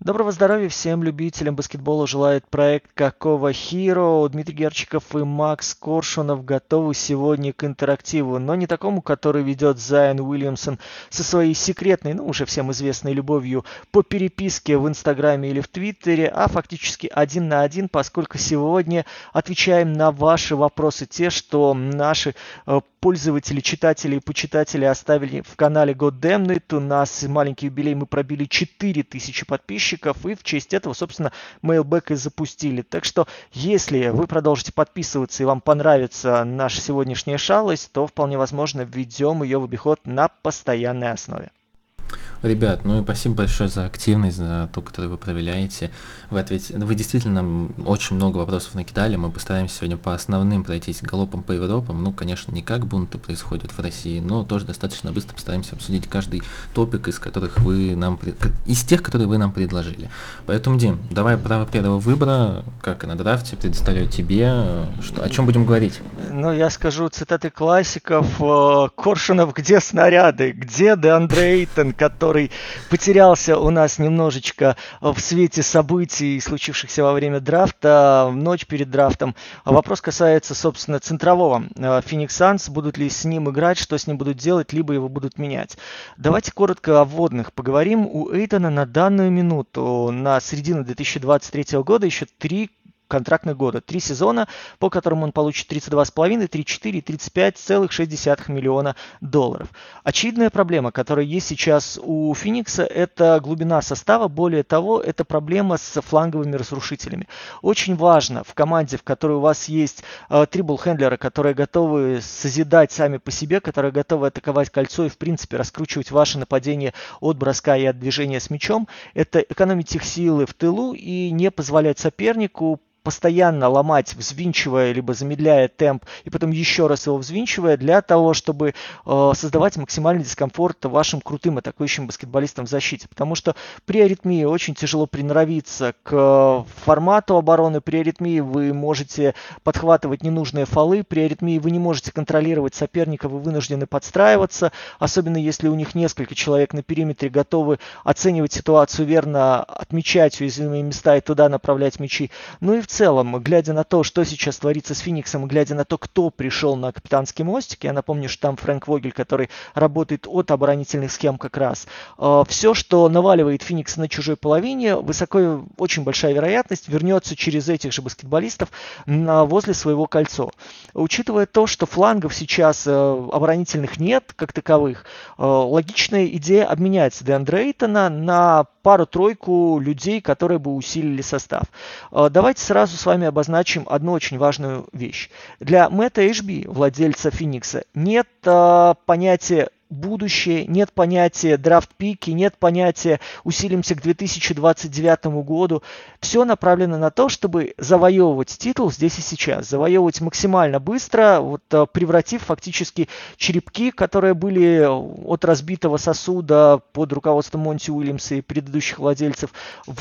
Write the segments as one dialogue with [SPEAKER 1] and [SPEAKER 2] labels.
[SPEAKER 1] Доброго здоровья всем любителям баскетбола желает проект «Какого Hero». Дмитрий Герчиков и Макс Коршунов готовы сегодня к интерактиву, но не такому, который ведет Зайон Уильямсон со своей секретной, уже всем известной любовью по переписке в Инстаграме или в Твиттере, а фактически один на один, поскольку сегодня отвечаем на ваши вопросы, те, что наши пользователи, читатели и почитатели оставили в канале Goddammit. У нас маленький юбилей, мы пробили 4000 подписчиков, и в честь этого, собственно, Mailback и запустили. Так что, если вы продолжите подписываться и вам понравится наша сегодняшняя шалость, то вполне возможно введем ее в обиход на постоянной основе.
[SPEAKER 2] Ребят, и спасибо большое за активность, за то, которую вы проявляете. Вы действительно очень много вопросов накидали, мы постараемся сегодня по основным пройтись галопом по Европам. Конечно, не как бунты происходят в России, но тоже достаточно быстро постараемся обсудить каждый топик, из тех, которые вы нам предложили. Поэтому, Дим, давай право первого выбора, как и на драфте, предоставляю тебе. О чем будем говорить?
[SPEAKER 1] Я скажу цитаты классиков. Коршунов, где снаряды? Где Деандре Эйтон, который потерялся у нас немножечко в свете событий, случившихся во время драфта, ночь перед драфтом. Вопрос касается, собственно, центрового. Phoenix Suns, будут ли с ним играть, что с ним будут делать, либо его будут менять. Давайте коротко о вводных поговорим. У Эйтона на данную минуту, на середину 2023 года, еще 3 контрактных года. 3 сезона, по которым он получит 32,5, 34 и 35,6 миллиона долларов. Очевидная проблема, которая есть сейчас у Феникса, это глубина состава. Более того, это проблема с фланговыми разрушителями. Очень важно в команде, в которой у вас есть трибл-хендлеры, которые готовы созидать сами по себе, которые готовы атаковать кольцо и, в принципе, раскручивать ваше нападение от броска и от движения с мячом, это экономить их силы в тылу и не позволять сопернику постоянно ломать, взвинчивая, либо замедляя темп, и потом еще раз его взвинчивая, для того, чтобы создавать максимальный дискомфорт вашим крутым атакующим баскетболистам в защите. Потому что при аритмии очень тяжело приноровиться к формату обороны, при аритмии вы можете подхватывать ненужные фолы, при аритмии вы не можете контролировать соперника, вы вынуждены подстраиваться, особенно если у них несколько человек на периметре готовы оценивать ситуацию верно, отмечать уязвимые места и туда направлять мячи. И в целом, глядя на то, что сейчас творится с Фениксом, глядя на то, кто пришел на капитанский мостик, я напомню, что там Фрэнк Вогель, который работает от оборонительных схем как раз, все, что наваливает Феникс на чужой половине, очень большая вероятность вернется через этих же баскетболистов возле своего кольца. Учитывая то, что флангов сейчас оборонительных нет, как таковых, логичная идея обменять Деандре Эйтона на пару-тройку людей, которые бы усилили состав. Давайте сразу с вами обозначим одну очень важную вещь. Для Мэтта Эшби, владельца Феникса, нет понятия будущее, нет понятия драфт-пики, нет понятия усилимся к 2029 году. Все направлено на то, чтобы завоевывать титул здесь и сейчас. Завоевывать максимально быстро, превратив фактически черепки, которые были от разбитого сосуда под руководством Монти Уильямса и предыдущих владельцев,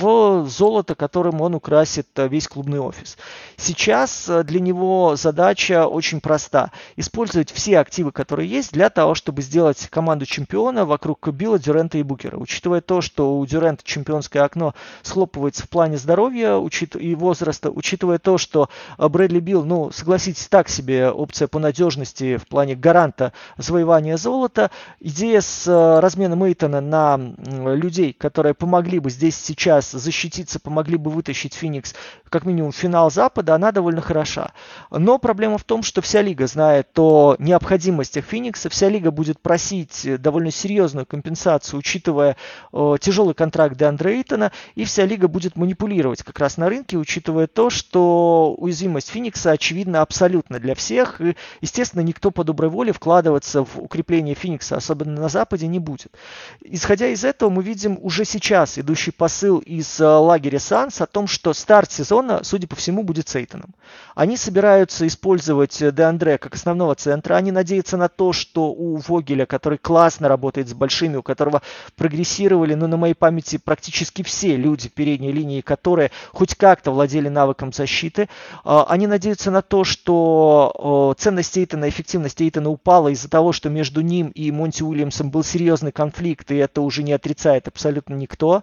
[SPEAKER 1] в золото, которым он украсит весь клубный офис. Сейчас для него задача очень проста. Использовать все активы, которые есть, для того, чтобы сделать команду чемпиона вокруг Билла, Дюрента и Букера. Учитывая то, что у Дюрента чемпионское окно схлопывается в плане здоровья и возраста, учитывая то, что Брэдли Билл, согласитесь, так себе опция по надежности в плане гаранта завоевания золота, идея с разменом Эйтона на людей, которые помогли бы здесь сейчас защититься, помогли бы вытащить Феникс как минимум в финал Запада, она довольно хороша. Но проблема в том, что вся лига знает о необходимостях Феникса, вся лига будет просить довольно серьезную компенсацию, учитывая тяжелый контракт Деандре Эйтона, и вся лига будет манипулировать как раз на рынке, учитывая то, что уязвимость Феникса очевидна абсолютно для всех, и, естественно, никто по доброй воле вкладываться в укрепление Феникса, особенно на Западе, не будет. Исходя из этого, мы видим уже сейчас идущий посыл из лагеря Санс о том, что старт сезона, судя по всему, будет с Эйтоном. Они собираются использовать Деандре как основного центра, они надеются на то, что у Вогеля, который классно работает с большими, у которого прогрессировали, ну, на моей памяти практически все люди передней линии, которые хоть как-то владели навыком защиты. Они надеются на то, что ценность Эйтона, эффективность Эйтона упала из-за того, что между ним и Монти Уильямсом был серьезный конфликт, и это уже не отрицает абсолютно никто.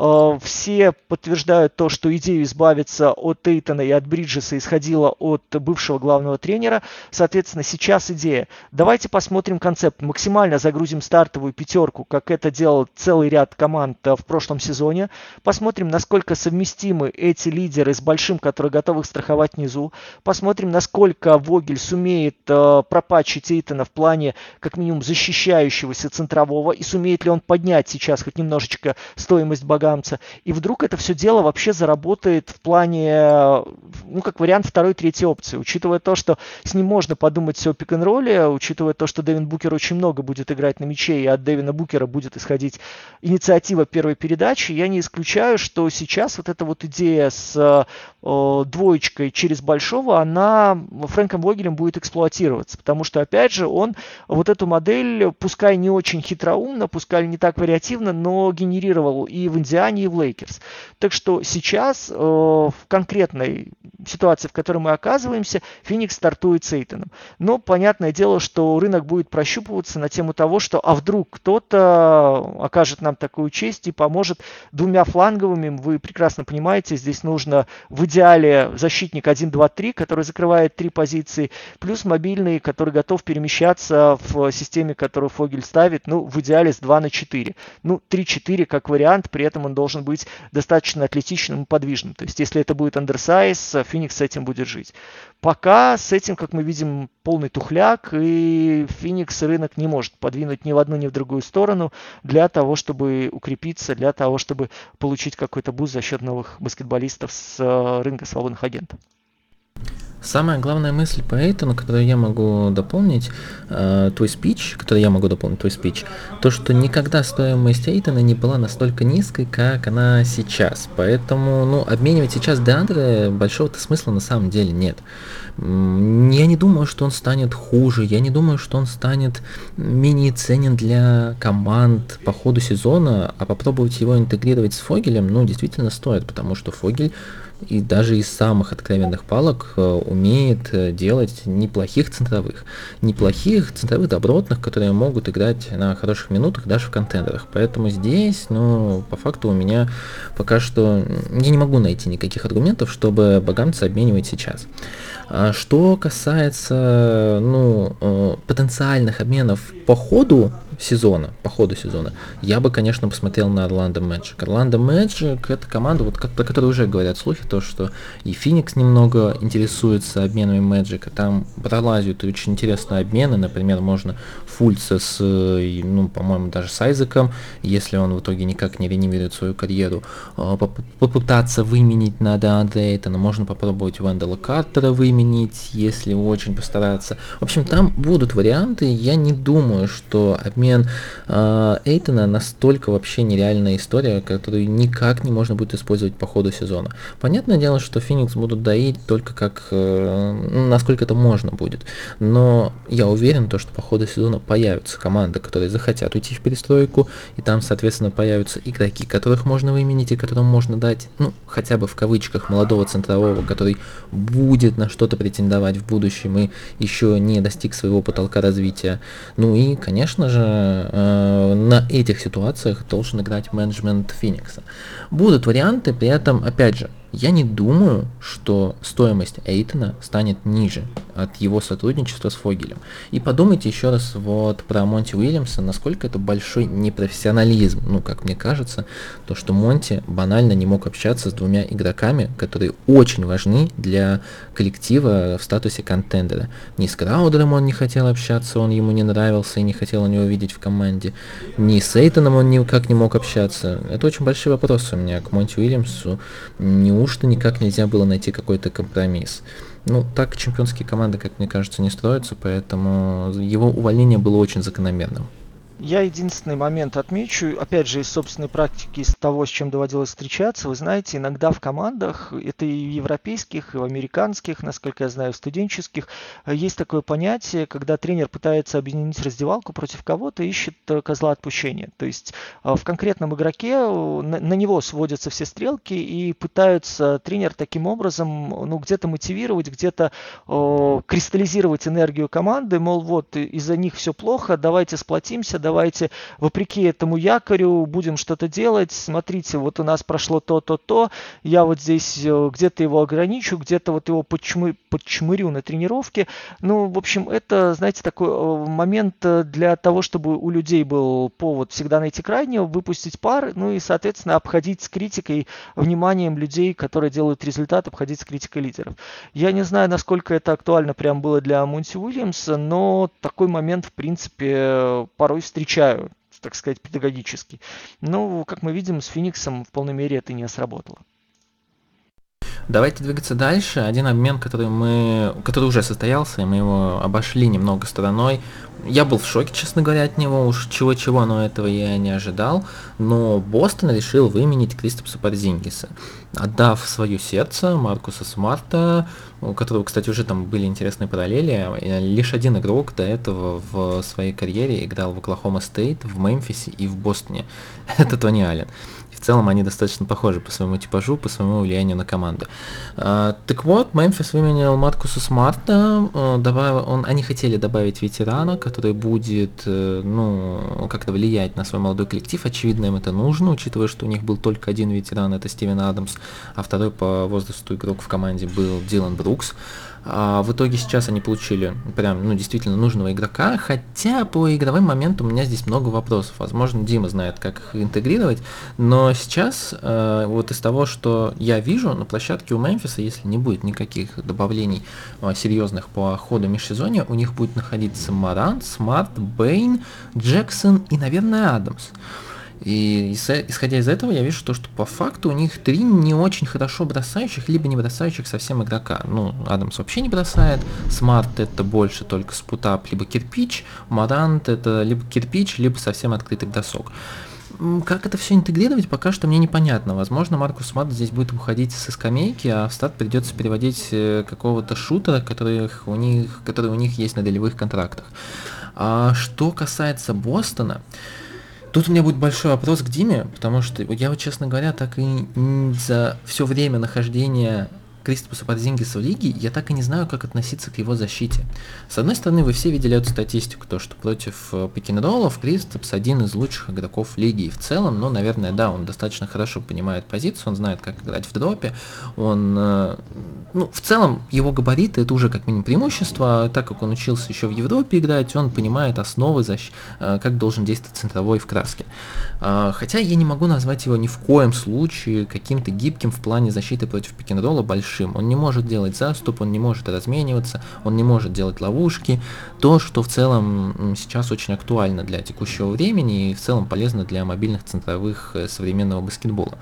[SPEAKER 1] Все подтверждают то, что идею избавиться от Эйтона и от Бриджеса исходила от бывшего главного тренера. Соответственно, сейчас идея. Давайте посмотрим концепт. Максимально загрузим стартовую пятерку, как это делал целый ряд команд в прошлом сезоне. Посмотрим, насколько совместимы эти лидеры с большим, который готов их страховать внизу. Посмотрим, насколько Вогель сумеет пропатчить Эйтона в плане, как минимум, защищающегося центрового. И сумеет ли он поднять сейчас хоть немножечко стоимость богамца. И вдруг это все дело вообще заработает в плане, ну, как вариант второй, третьей опции. Учитывая то, что с ним можно подумать все о пик-н-ролле, учитывая то, что Дэвин Букер очень много будет играть на мяче, и от Дэвина Букера будет исходить инициатива первой передачи, я не исключаю, что сейчас вот эта вот идея с двоечкой через большого, она Фрэнком Вогелем будет эксплуатироваться, потому что, опять же, он вот эту модель, пускай не очень хитроумно, пускай не так вариативно, но генерировал и в Индиане, и в Лейкерс. Так что сейчас в конкретной ситуации, в которой мы оказываемся, Феникс стартует с Эйтоном. Но понятное дело, что рынок будет прощупываться на тему того, что а вдруг кто-то окажет нам такую честь и поможет двумя фланговыми. Вы прекрасно понимаете, здесь нужно в идеале защитник 1-2-3, который закрывает 3 позиции, плюс мобильный, который готов перемещаться в системе, которую Фогель ставит, ну, в идеале с 2-4. Ну, 3-4 как вариант, при этом он должен быть достаточно атлетичным и подвижным. То есть, если это будет андерсайз, Феникс с этим будет жить. Пока с этим, как мы видим, полный тухляк, и Феникс рынок не может подвинуть ни в одну, ни в другую сторону для того, чтобы укрепиться, для того, чтобы получить какой-то буст за счет новых баскетболистов с рынка свободных агентов.
[SPEAKER 2] Самая главная мысль по Эйтону, которую я могу дополнить, твой спич, то, что никогда стоимость Эйтона не была настолько низкой, как она сейчас. Поэтому, ну, обменивать сейчас Деандре большого-то смысла на самом деле нет. Я не думаю, что он станет хуже, я не думаю, что он станет менее ценен для команд по ходу сезона, а попробовать его интегрировать с Фогелем, ну, действительно стоит, потому что Фогель и даже из самых откровенных палок умеет делать неплохих центровых добротных, которые могут играть на хороших минутах даже в контендерах. Поэтому здесь, ну, по факту у меня пока что я не могу найти никаких аргументов, чтобы богамца обменивать сейчас. Что касается, ну, потенциальных обменов по ходу сезона, я бы, конечно, посмотрел на Орландо Мэджик. Орландо Мэджик — это команда, вот про которую уже говорят слухи, то, что и Феникс немного интересуется обменами Мэджика. Там пролазят очень интересные обмены, например, можно Фульца с, ну, по-моему, даже с Айзеком, если он в итоге никак не реанимирует свою карьеру, попытаться выменить на Деандре Эйтона, можно попробовать Вендела Картера выменить, если очень постараться. В общем, там будут варианты, я не думаю, что обмен Эйтона настолько вообще нереальная история, которую никак не можно будет использовать по ходу сезона. Понятное дело, что Феникс будут доить только как, насколько это можно будет, но я уверен, что по ходу сезона появятся команды, которые захотят уйти в перестройку, и там, соответственно, появятся игроки, которых можно выменить и которым можно дать, ну, хотя бы в кавычках, молодого центрового, который будет на что-то претендовать в будущем и еще не достиг своего потолка развития. Ну и, конечно же, на этих ситуациях должен играть менеджмент Феникса. Будут варианты, при этом, опять же, я не думаю, что стоимость Эйтона станет ниже от его сотрудничества с Фогелем. И подумайте еще раз вот про Монти Уильямса, насколько это большой непрофессионализм. Ну, как мне кажется, то, что Монти банально не мог общаться с двумя игроками, которые очень важны для коллектива в статусе контендера. Ни с Краудером он не хотел общаться, он ему не нравился и не хотел его видеть в команде. Ни с Эйтоном он никак не мог общаться. Это очень большие вопросы у меня к Монти Уильямсу. Неужто никак нельзя было найти какой-то компромисс? Ну, так чемпионские команды, как мне кажется, не строятся, поэтому его увольнение было очень закономерным.
[SPEAKER 1] Я единственный момент отмечу, опять же, из собственной практики, из того, с чем доводилось встречаться. Вы знаете, иногда в командах, это и в европейских, и в американских, насколько я знаю, в студенческих, есть такое понятие, когда тренер пытается объединить раздевалку против кого-то, ищет козла отпущения. То есть в конкретном игроке на него сводятся все стрелки и пытаются тренер таким образом, ну, где-то мотивировать, где-то кристаллизировать энергию команды, мол, вот из-за них все плохо, давайте сплотимся, давайте вопреки этому якорю будем что-то делать, смотрите, вот у нас прошло то, я вот здесь где-то его ограничу, где-то вот его подчмырю на тренировке. Ну, в общем, это, знаете, такой момент для того, чтобы у людей был повод всегда найти крайнего, выпустить пар, ну и, соответственно, обходить с критикой, вниманием людей, которые делают результат, обходить с критикой лидеров. Я не знаю, насколько это актуально прям было для Монти Уильямса, но такой момент, в принципе, порой встречаю, так сказать, педагогически. Но, как мы видим, с Фениксом в полной мере это не сработало.
[SPEAKER 2] Давайте двигаться дальше. Один обмен, который уже состоялся, и мы его обошли немного стороной. Я был в шоке, честно говоря, от него, уж чего-чего, но этого я не ожидал. Но Бостон решил выменить Кристопса Порзингиса, отдав свое сердце Маркуса Смарта, у которого, кстати, уже там были интересные параллели. Лишь один игрок до этого в своей карьере играл в Оклахома Стейт, в Мемфисе и в Бостоне. Это Тони Аллен. В целом они достаточно похожи по своему типажу, по своему влиянию на команду. Так вот, Мемфис выменял Маркуса Смарта, они хотели добавить ветерана, который будет, как-то влиять на свой молодой коллектив. Очевидно, им это нужно, учитывая, что у них был только один ветеран, это Стивен Адамс, а второй по возрасту игрок в команде был Дилан Брукс. В итоге сейчас они получили прям, действительно нужного игрока, хотя по игровым моментам у меня здесь много вопросов. Возможно, Дима знает, как их интегрировать, но сейчас вот из того, что я вижу на площадке у Мемфиса, если не будет никаких добавлений серьезных по ходу межсезонья, у них будет находиться Морант, Смарт, Бэйн, Джексон и, наверное, Адамс. И исходя из этого, я вижу то, что по факту у них три не очень хорошо бросающих, либо не бросающих совсем игрока. Адамс вообще не бросает, Смарт это больше только спутап, либо кирпич, Морант это либо кирпич, либо совсем открытый бросок. Как это все интегрировать, пока что мне непонятно. Возможно, Маркус Смарт здесь будет уходить со скамейки, а в старт придется переводить какого-то шутера, который у них есть на долевых контрактах. А что касается Бостона, тут у меня будет большой вопрос к Диме, потому что я, честно говоря, так и за все время нахождения Кристопса Порзингиса в лиге, я так и не знаю, как относиться к его защите. С одной стороны, вы все видели эту статистику, то, что против пик-н-роллов Кристопс один из лучших игроков лиги. И в целом, наверное, да, он достаточно хорошо понимает позицию, он знает, как играть в дропе, он, в целом, его габариты, это уже как минимум преимущество, так как он учился еще в Европе играть, он понимает основы, как должен действовать центровой в краске. Хотя я не могу назвать его ни в коем случае каким-то гибким в плане защиты против пик-н-ролла большим. Он не может делать заступ, он не может размениваться, он не может делать ловушки. То, что в целом сейчас очень актуально для текущего времени и в целом полезно для мобильных центровых современного баскетбола.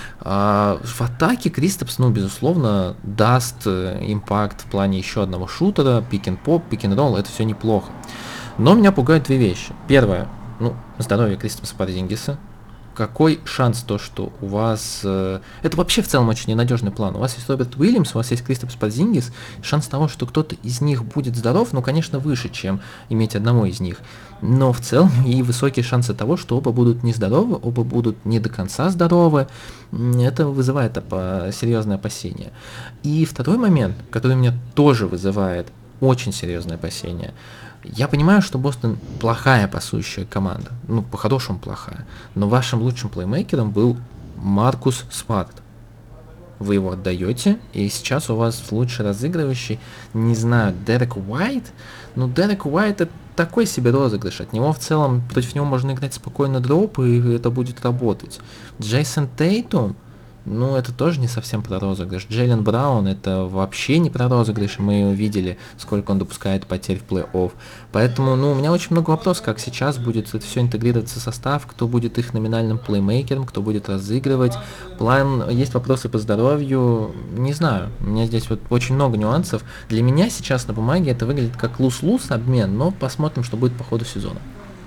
[SPEAKER 2] В атаке Кристопс, безусловно, даст импакт в плане еще одного шутера, пик-н-поп, пик-н-ролл, это все неплохо. Но меня пугают две вещи. Первое, здоровье Кристопса Порзингиса. Какой шанс то, что у вас... это вообще в целом очень ненадежный план. У вас есть Роберт Уильямс, у вас есть Кристопс Порзингис. Шанс того, что кто-то из них будет здоров, конечно, выше, чем иметь одного из них. Но в целом и высокие шансы того, что оба будут нездоровы, оба будут не до конца здоровы. Это вызывает серьезное опасение. И второй момент, который меня тоже вызывает очень серьезное опасение. Я понимаю, что Бостон плохая пасующая команда, по-хорошему плохая, но вашим лучшим плеймейкером был Маркус Смарт. Вы его отдаете, и сейчас у вас лучший разыгрывающий, не знаю, Дерек Уайт. Дерек Уайт это такой себе розыгрыш, от него в целом, против него можно играть спокойно дроп, и это будет работать. Джейсон Тейтум, это тоже не совсем про розыгрыш. Джейлен Браун это вообще не про розыгрыш, мы видели, сколько он допускает потерь в плей-офф. Поэтому, у меня очень много вопросов, как сейчас будет это все интегрироваться в состав, кто будет их номинальным плеймейкером, кто будет разыгрывать. Есть вопросы по здоровью, не знаю, у меня здесь очень много нюансов. Для меня сейчас на бумаге это выглядит как луз-луз обмен, но посмотрим, что будет по ходу сезона.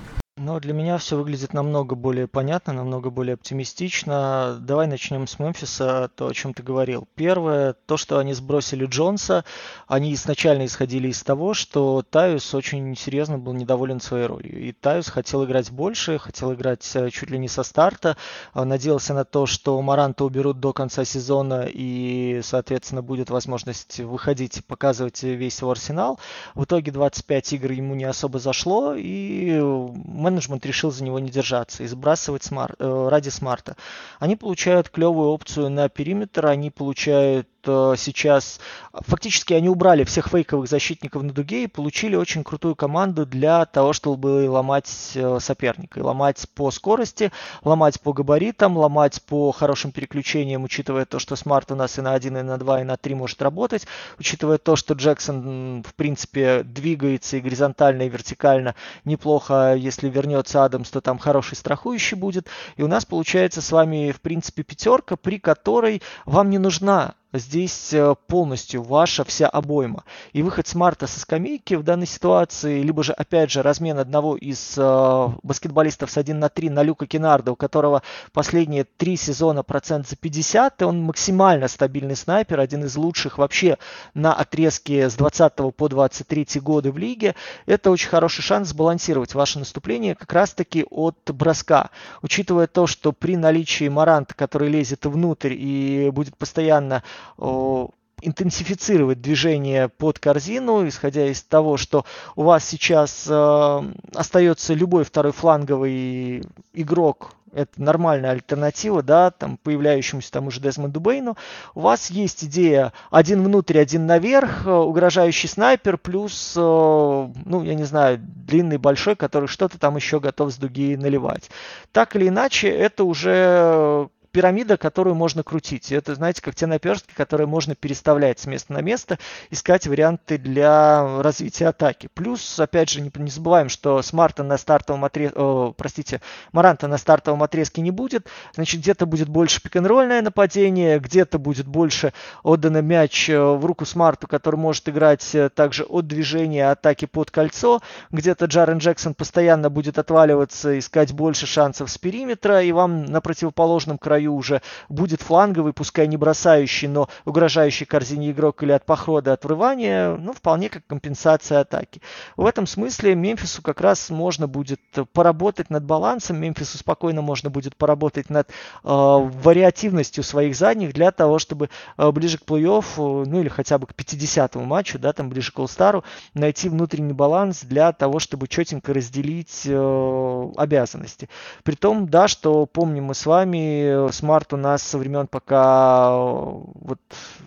[SPEAKER 1] Но для меня все выглядит намного более понятно, намного более оптимистично. Давай начнем с Мемфиса, то, о чем ты говорил. Первое, то, что они сбросили Джонса, они изначально исходили из того, что Тайус очень серьезно был недоволен своей ролью. И Тайус хотел играть больше, хотел играть чуть ли не со старта, надеялся на то, что Моранта уберут до конца сезона и, соответственно, будет возможность выходить и показывать весь его арсенал. В итоге 25 игр ему не особо зашло, и менеджмент решил за него не держаться и сбрасывать ради Смарта. Они получают клевую опцию на периметр, они получают сейчас... Фактически они убрали всех фейковых защитников на дуге и получили очень крутую команду для того, чтобы ломать соперника. И ломать по скорости, ломать по габаритам, ломать по хорошим переключениям, учитывая то, что Смарт у нас и на 1, и на 2, и на 3 может работать, учитывая то, что Джексон, в принципе, двигается и горизонтально, и вертикально неплохо. Если вернется Адамс, то там хороший страхующий будет. И у нас получается с вами, в принципе, пятерка, при которой вам не нужна здесь полностью ваша вся обойма. И выход Смарта со скамейки в данной ситуации, либо же, опять же, размен одного из баскетболистов с 1 на 3 на Люка Кеннарда, у которого последние 3 сезона процент за 50, и он максимально стабильный снайпер, один из лучших вообще на отрезке с 20 по 23 годы в лиге. Это очень хороший шанс сбалансировать ваше наступление как раз-таки от броска. Учитывая то, что при наличии Моранта, который лезет внутрь и будет постоянно интенсифицировать движение под корзину, исходя из того, что у вас сейчас остается любой второй фланговый игрок, это нормальная альтернатива, да, там, появляющемуся тому же Дезмонду Бейну. У вас есть идея один внутрь, один наверх, угрожающий снайпер, плюс, ну, я не знаю, длинный, большой, который что-то там еще готов с дуги наливать. Так или иначе, это уже пирамида, которую можно крутить. Это, знаете, как те наперстки, которые можно переставлять с места на место, искать варианты для развития атаки. Плюс, опять же, не забываем, что Смарта на стартовом отрезке, Моранта на стартовом отрезке не будет. Значит, где-то будет больше пик-н-ролльное нападение, где-то будет больше отдано мяч в руку Смарту, который может играть также от движения атаки под кольцо. Где-то Джарен Джексон постоянно будет отваливаться, искать больше шансов с периметра, и вам на противоположном краю уже будет фланговый, пускай не бросающий, но угрожающий корзине игрок или от похода, от врывания, ну, вполне как компенсация атаки. В этом смысле Мемфису как раз можно будет поработать над балансом, Мемфису спокойно можно будет поработать над вариативностью своих задних для того, чтобы ближе к плей-офф, ну, или хотя бы к 50-му матчу, да, там ближе к All-Star'у, найти внутренний баланс для того, чтобы четенько разделить обязанности. Притом, да, что помним мы с вами, Смарт у нас со времен, пока вот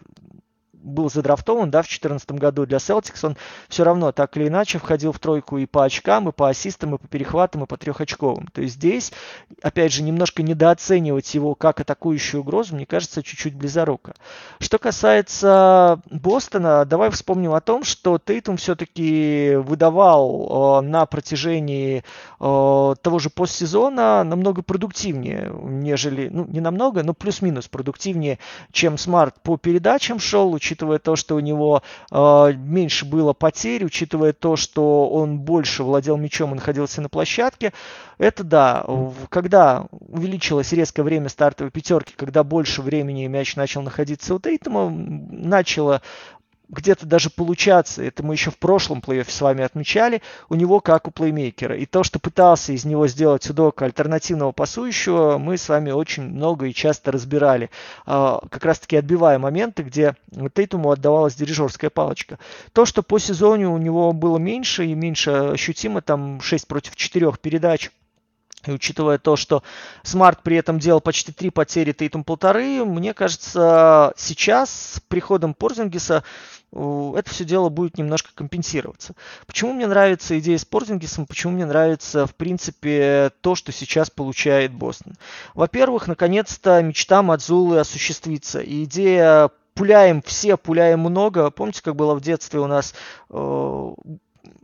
[SPEAKER 1] был задрафтован, да, в 2014 году для Celtics, он все равно так или иначе входил в тройку и по очкам, и по ассистам, и по перехватам, и по трехочковым. То есть здесь, опять же, немножко недооценивать его как атакующую угрозу, мне кажется, чуть-чуть близоруко. Что касается Бостона, давай вспомним о том, что Тейтум все-таки выдавал на протяжении того же постсезона намного продуктивнее, нежели, ну, не намного, но плюс-минус продуктивнее, чем Смарт по передачам шел, учитывая то, что у него меньше было потерь, учитывая то, что он больше владел мячом и находился на площадке. Это да, когда увеличилось резкое время стартовой пятерки, когда больше времени мяч начал находиться у Тейтума, начало где-то даже получаться, это мы еще в прошлом плей-оффе с вами отмечали, у него как у плеймейкера. И то, что пытался из него сделать Удока альтернативного пасующего, мы с вами очень много и часто разбирали. Как раз-таки отбивая моменты, где Тейтуму отдавалась дирижерская палочка. То, что по сезону у него было меньше и меньше ощутимо, там 6 против 4 передач, и учитывая то, что Смарт при этом делал почти 3 потери, Тейтум 1,5, мне кажется, сейчас с приходом Порзингиса это все дело будет немножко компенсироваться. Почему мне нравится идея с Порзингисом, почему мне нравится, в принципе, то, что сейчас получает Бостон? Во-первых, наконец-то мечта Мадзулы осуществится. И идея пуляем все, пуляем много. Помните, как было в детстве у нас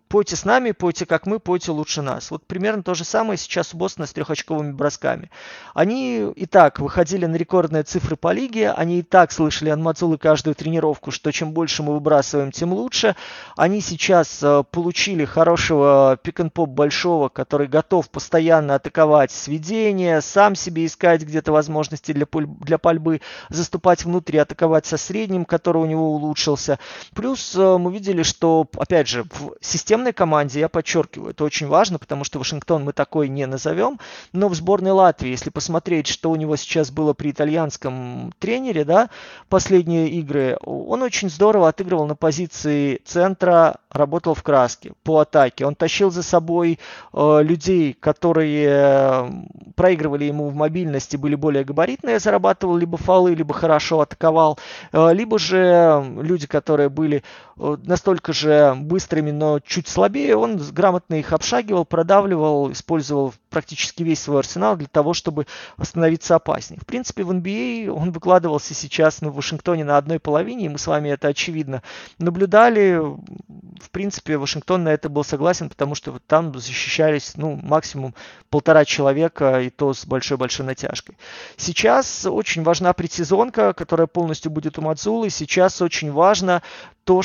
[SPEAKER 1] пойте с нами, пойте как мы, пойте лучше нас. Вот примерно то же самое сейчас у Бостона с трехочковыми бросками. Они и так выходили на рекордные цифры по лиге, они и так слышали от Мацулы каждую тренировку, что чем больше мы выбрасываем, тем лучше. Они сейчас получили хорошего пик-н-поп большого, который готов постоянно атаковать с ведения, сам себе искать где-то возможности для пальбы, заступать внутрь, атаковать со средним, который у него улучшился. Плюс мы видели, что, опять же, в системной команде, я подчеркиваю, это очень важно, потому что Вашингтон мы такой не назовем, но в сборной Латвии, если посмотреть, что у него сейчас было при итальянском тренере, да, последние игры, он очень здорово отыгрывал на позиции центра, работал в краске по атаке. Он тащил за собой людей, которые проигрывали ему в мобильности, были более габаритные, зарабатывал либо фолы, либо хорошо атаковал, либо же люди, которые были настолько же быстрыми, но чуть слабее, он грамотно их обшагивал, продавливал, использовал практически весь свой арсенал для того, чтобы становиться опаснее. В принципе, в NBA он выкладывался сейчас в Вашингтоне на одной половине, и мы с вами это очевидно наблюдали. В принципе, Вашингтон на это был согласен, потому что там защищались максимум 1,5 человека, и то с большой-большой натяжкой. Сейчас очень важна предсезонка, которая полностью будет у Мацулы. Сейчас очень важно то,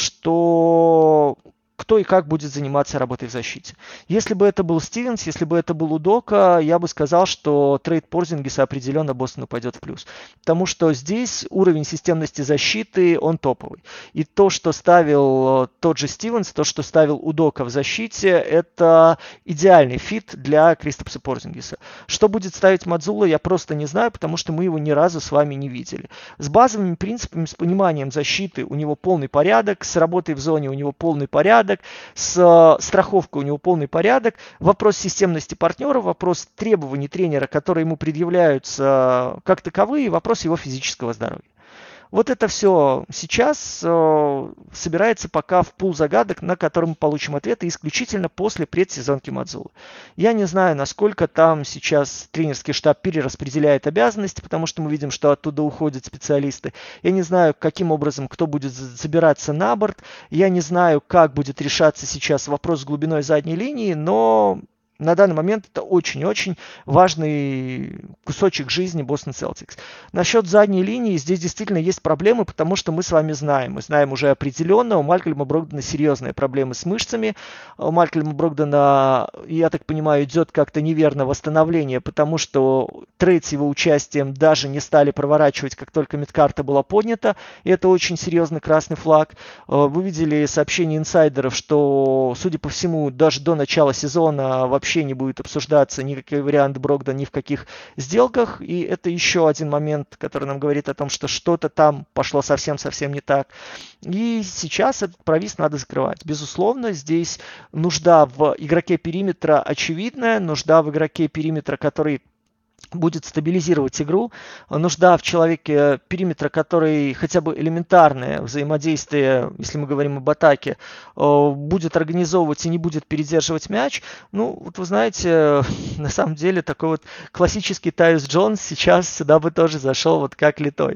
[SPEAKER 1] что кто и как будет заниматься работой в защите. Если бы это был Стивенс, если бы это был Удока, я бы сказал, что трейд Порзингиса определенно Бостону пойдет в плюс. Потому что здесь уровень системности защиты, он топовый. И то, что ставил тот же Стивенс, то, что ставил Удока в защите, это идеальный фит для Кристопса Порзингиса. Что будет ставить Мацула, я просто не знаю, потому что мы его ни разу с вами не видели. С базовыми принципами, с пониманием защиты у него полный порядок, с работой в зоне у него полный порядок, с страховкой у него полный порядок. Вопрос системности партнера, вопрос требований тренера, которые ему предъявляются как таковые, вопрос его физического здоровья. Вот это все сейчас собирается пока в пул загадок, на который мы получим ответы исключительно после предсезонки Мацулы. Я не знаю, насколько там сейчас тренерский штаб перераспределяет обязанности, потому что мы видим, что оттуда уходят специалисты. Я не знаю, каким образом кто будет забираться на борт. Я не знаю, как будет решаться сейчас вопрос с глубиной задней линии, но на данный момент это очень-очень важный кусочек жизни Бостон Селтикс. Насчет задней линии здесь действительно есть проблемы, потому что мы с вами знаем. Мы знаем уже определенно, у Малькольма Брогдона серьезные проблемы с мышцами. У Малькольма Брогдона, я так понимаю, идет как-то неверно восстановление, потому что трейд с его участием даже не стали проворачивать, как только мидкарта была поднята. И это очень серьезный красный флаг. Вы видели сообщение инсайдеров, что, судя по всему, даже до начала сезона вообще не будет обсуждаться никакой вариант Брогдона ни в каких сделках. И это еще один момент, который нам говорит о том, что что-то там пошло совсем-совсем не так. И сейчас этот провис надо закрывать. Безусловно, здесь нужда в игроке периметра очевидная, нужда в игроке периметра, который будет стабилизировать игру, нужда в человеке периметра, который хотя бы элементарное взаимодействие, если мы говорим об атаке, будет организовывать и не будет передерживать мяч. Вот вы знаете, на самом деле такой вот классический Тайус Джонс сейчас сюда бы тоже зашел вот как литой.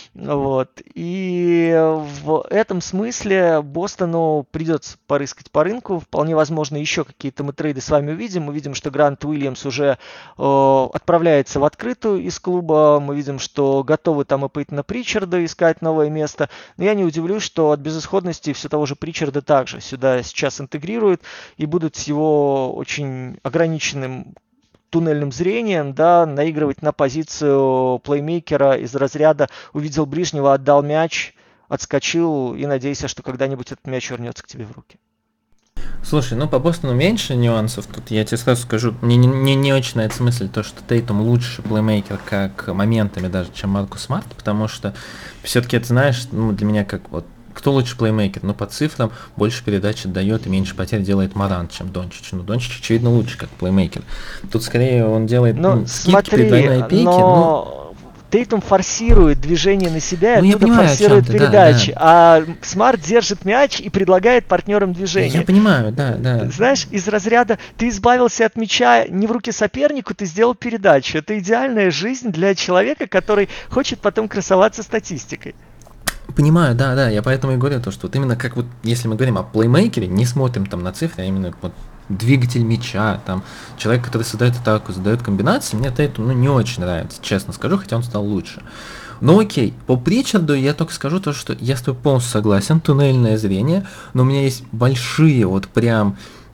[SPEAKER 1] И в этом смысле Бостону придется порыскать по рынку. Вполне возможно, еще какие-то мы трейды с вами увидим. Мы видим, что Грант Уильямс уже отправляется в открытую из клуба. Мы видим, что готовы там и Пейтона Причарда искать новое место. Но я не удивлюсь, что от безысходности все того же Причарда также сюда сейчас интегрируют и будут с его очень ограниченным туннельным зрением, наигрывать на позицию плеймейкера из разряда увидел ближнего, отдал мяч, отскочил и надейся, что когда-нибудь этот мяч вернется к тебе в руки.
[SPEAKER 2] Слушай, по Бостону меньше нюансов. Тут я тебе сразу скажу, мне не очень нравится мысль, то, что Тейтум лучше плеймейкер как моментами даже, чем Маркус Смарт, потому что все-таки это, знаешь, для меня как вот кто лучше плеймейкер? По цифрам больше передач отдает и меньше потерь делает Морант, чем Дончич. Дончич, очевидно, лучше как плеймейкер. Тут скорее он делает скидки при двойной пейке.
[SPEAKER 1] Тейтум форсирует движение на себя, и оттуда форсирует передачи. Да. А Смарт держит мяч и предлагает партнерам движение.
[SPEAKER 2] Я понимаю, да.
[SPEAKER 1] Знаешь, из разряда ты избавился от мяча не в руки сопернику, ты сделал передачу. Это идеальная жизнь для человека, который хочет потом красоваться статистикой.
[SPEAKER 2] Понимаю, да, я поэтому и говорю то, что вот именно как вот, если мы говорим о плеймейкере, не смотрим там на цифры, а именно вот двигатель мяча, там, человек, который создает атаку, задает комбинации, мне Тейтум, ну, не очень нравится, честно скажу, хотя он стал лучше. Ну окей, по Причарду я только скажу то, что я с тобой полностью согласен, туннельное зрение, но у меня есть большие вот прям,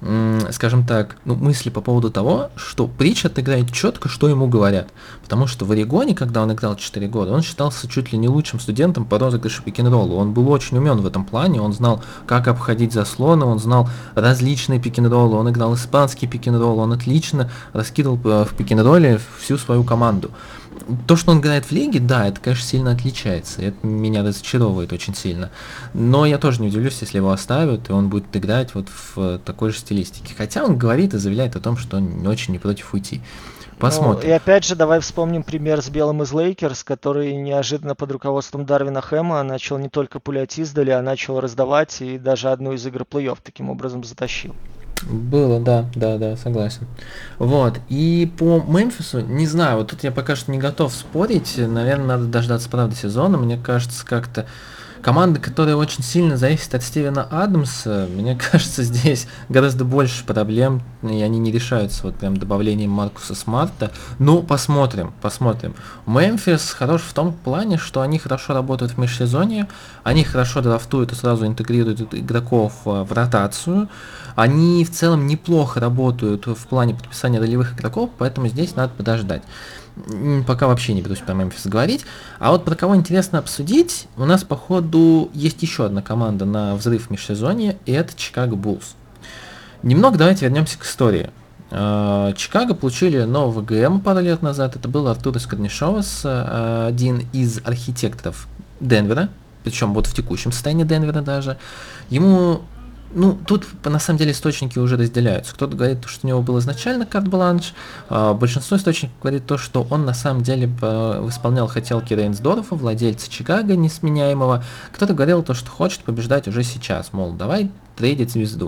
[SPEAKER 2] скажем так, ну, мысли по поводу того, что Причард играет четко, что ему говорят. Потому что в Орегоне, когда он играл 4 года, он считался чуть ли не лучшим студентом по розыгрышу пик-н-ролла. Он был очень умен в этом плане, он знал, как обходить заслоны, он знал различные пик-н-роллы, он играл испанский пик-н-ролл, он отлично раскидывал в пик-н-ролле всю свою команду. То, что он играет в лиге, да, это, конечно, сильно отличается. Это меня разочаровывает очень сильно. Но я тоже не удивлюсь, если его оставят, и он будет играть вот в такой же стилистике. Хотя он говорит и заявляет о том, что он очень не против уйти.
[SPEAKER 1] Ну, и
[SPEAKER 2] Посмотрим.
[SPEAKER 1] опять же, давай вспомним пример с Белым из Лейкерс, который неожиданно под руководством Дарвина Хэма начал не только пулять издали, а начал раздавать и даже одну из игр плей-офф таким образом затащил.
[SPEAKER 2] Было, да, согласен. Вот, и по Мемфису, не знаю, вот тут я пока что не готов спорить, наверное, надо дождаться правды сезона, мне кажется, как-то команда, которая очень сильно зависит от Стивена Адамса, мне кажется, здесь гораздо больше проблем, и они не решаются вот прям добавлением Маркуса Смарта. Ну, посмотрим. Мемфис хорош в том плане, что они хорошо работают в межсезонье, они хорошо драфтуют и сразу интегрируют игроков в ротацию, они в целом неплохо работают в плане подписания ролевых игроков, поэтому здесь надо подождать. Пока вообще не берусь про Мемфис говорить. А вот про кого интересно обсудить, у нас по ходу есть еще одна команда на взрыв в межсезонье, и это Чикаго Буллс. Немного давайте вернемся к истории. Чикаго получили нового ГМ пару лет назад, это был Артурис Корнишовас, один из архитекторов Денвера, причем вот в текущем состоянии Денвера даже. Ему тут на самом деле источники уже разделяются. Кто-то говорит, что у него был изначально карт-бланш, большинство источников говорит то, что он на самом деле исполнял хотелки Рейнсдорфа, владельца Чикаго несменяемого. Кто-то говорил то, что хочет побеждать уже сейчас, мол, давай трейдить звезду.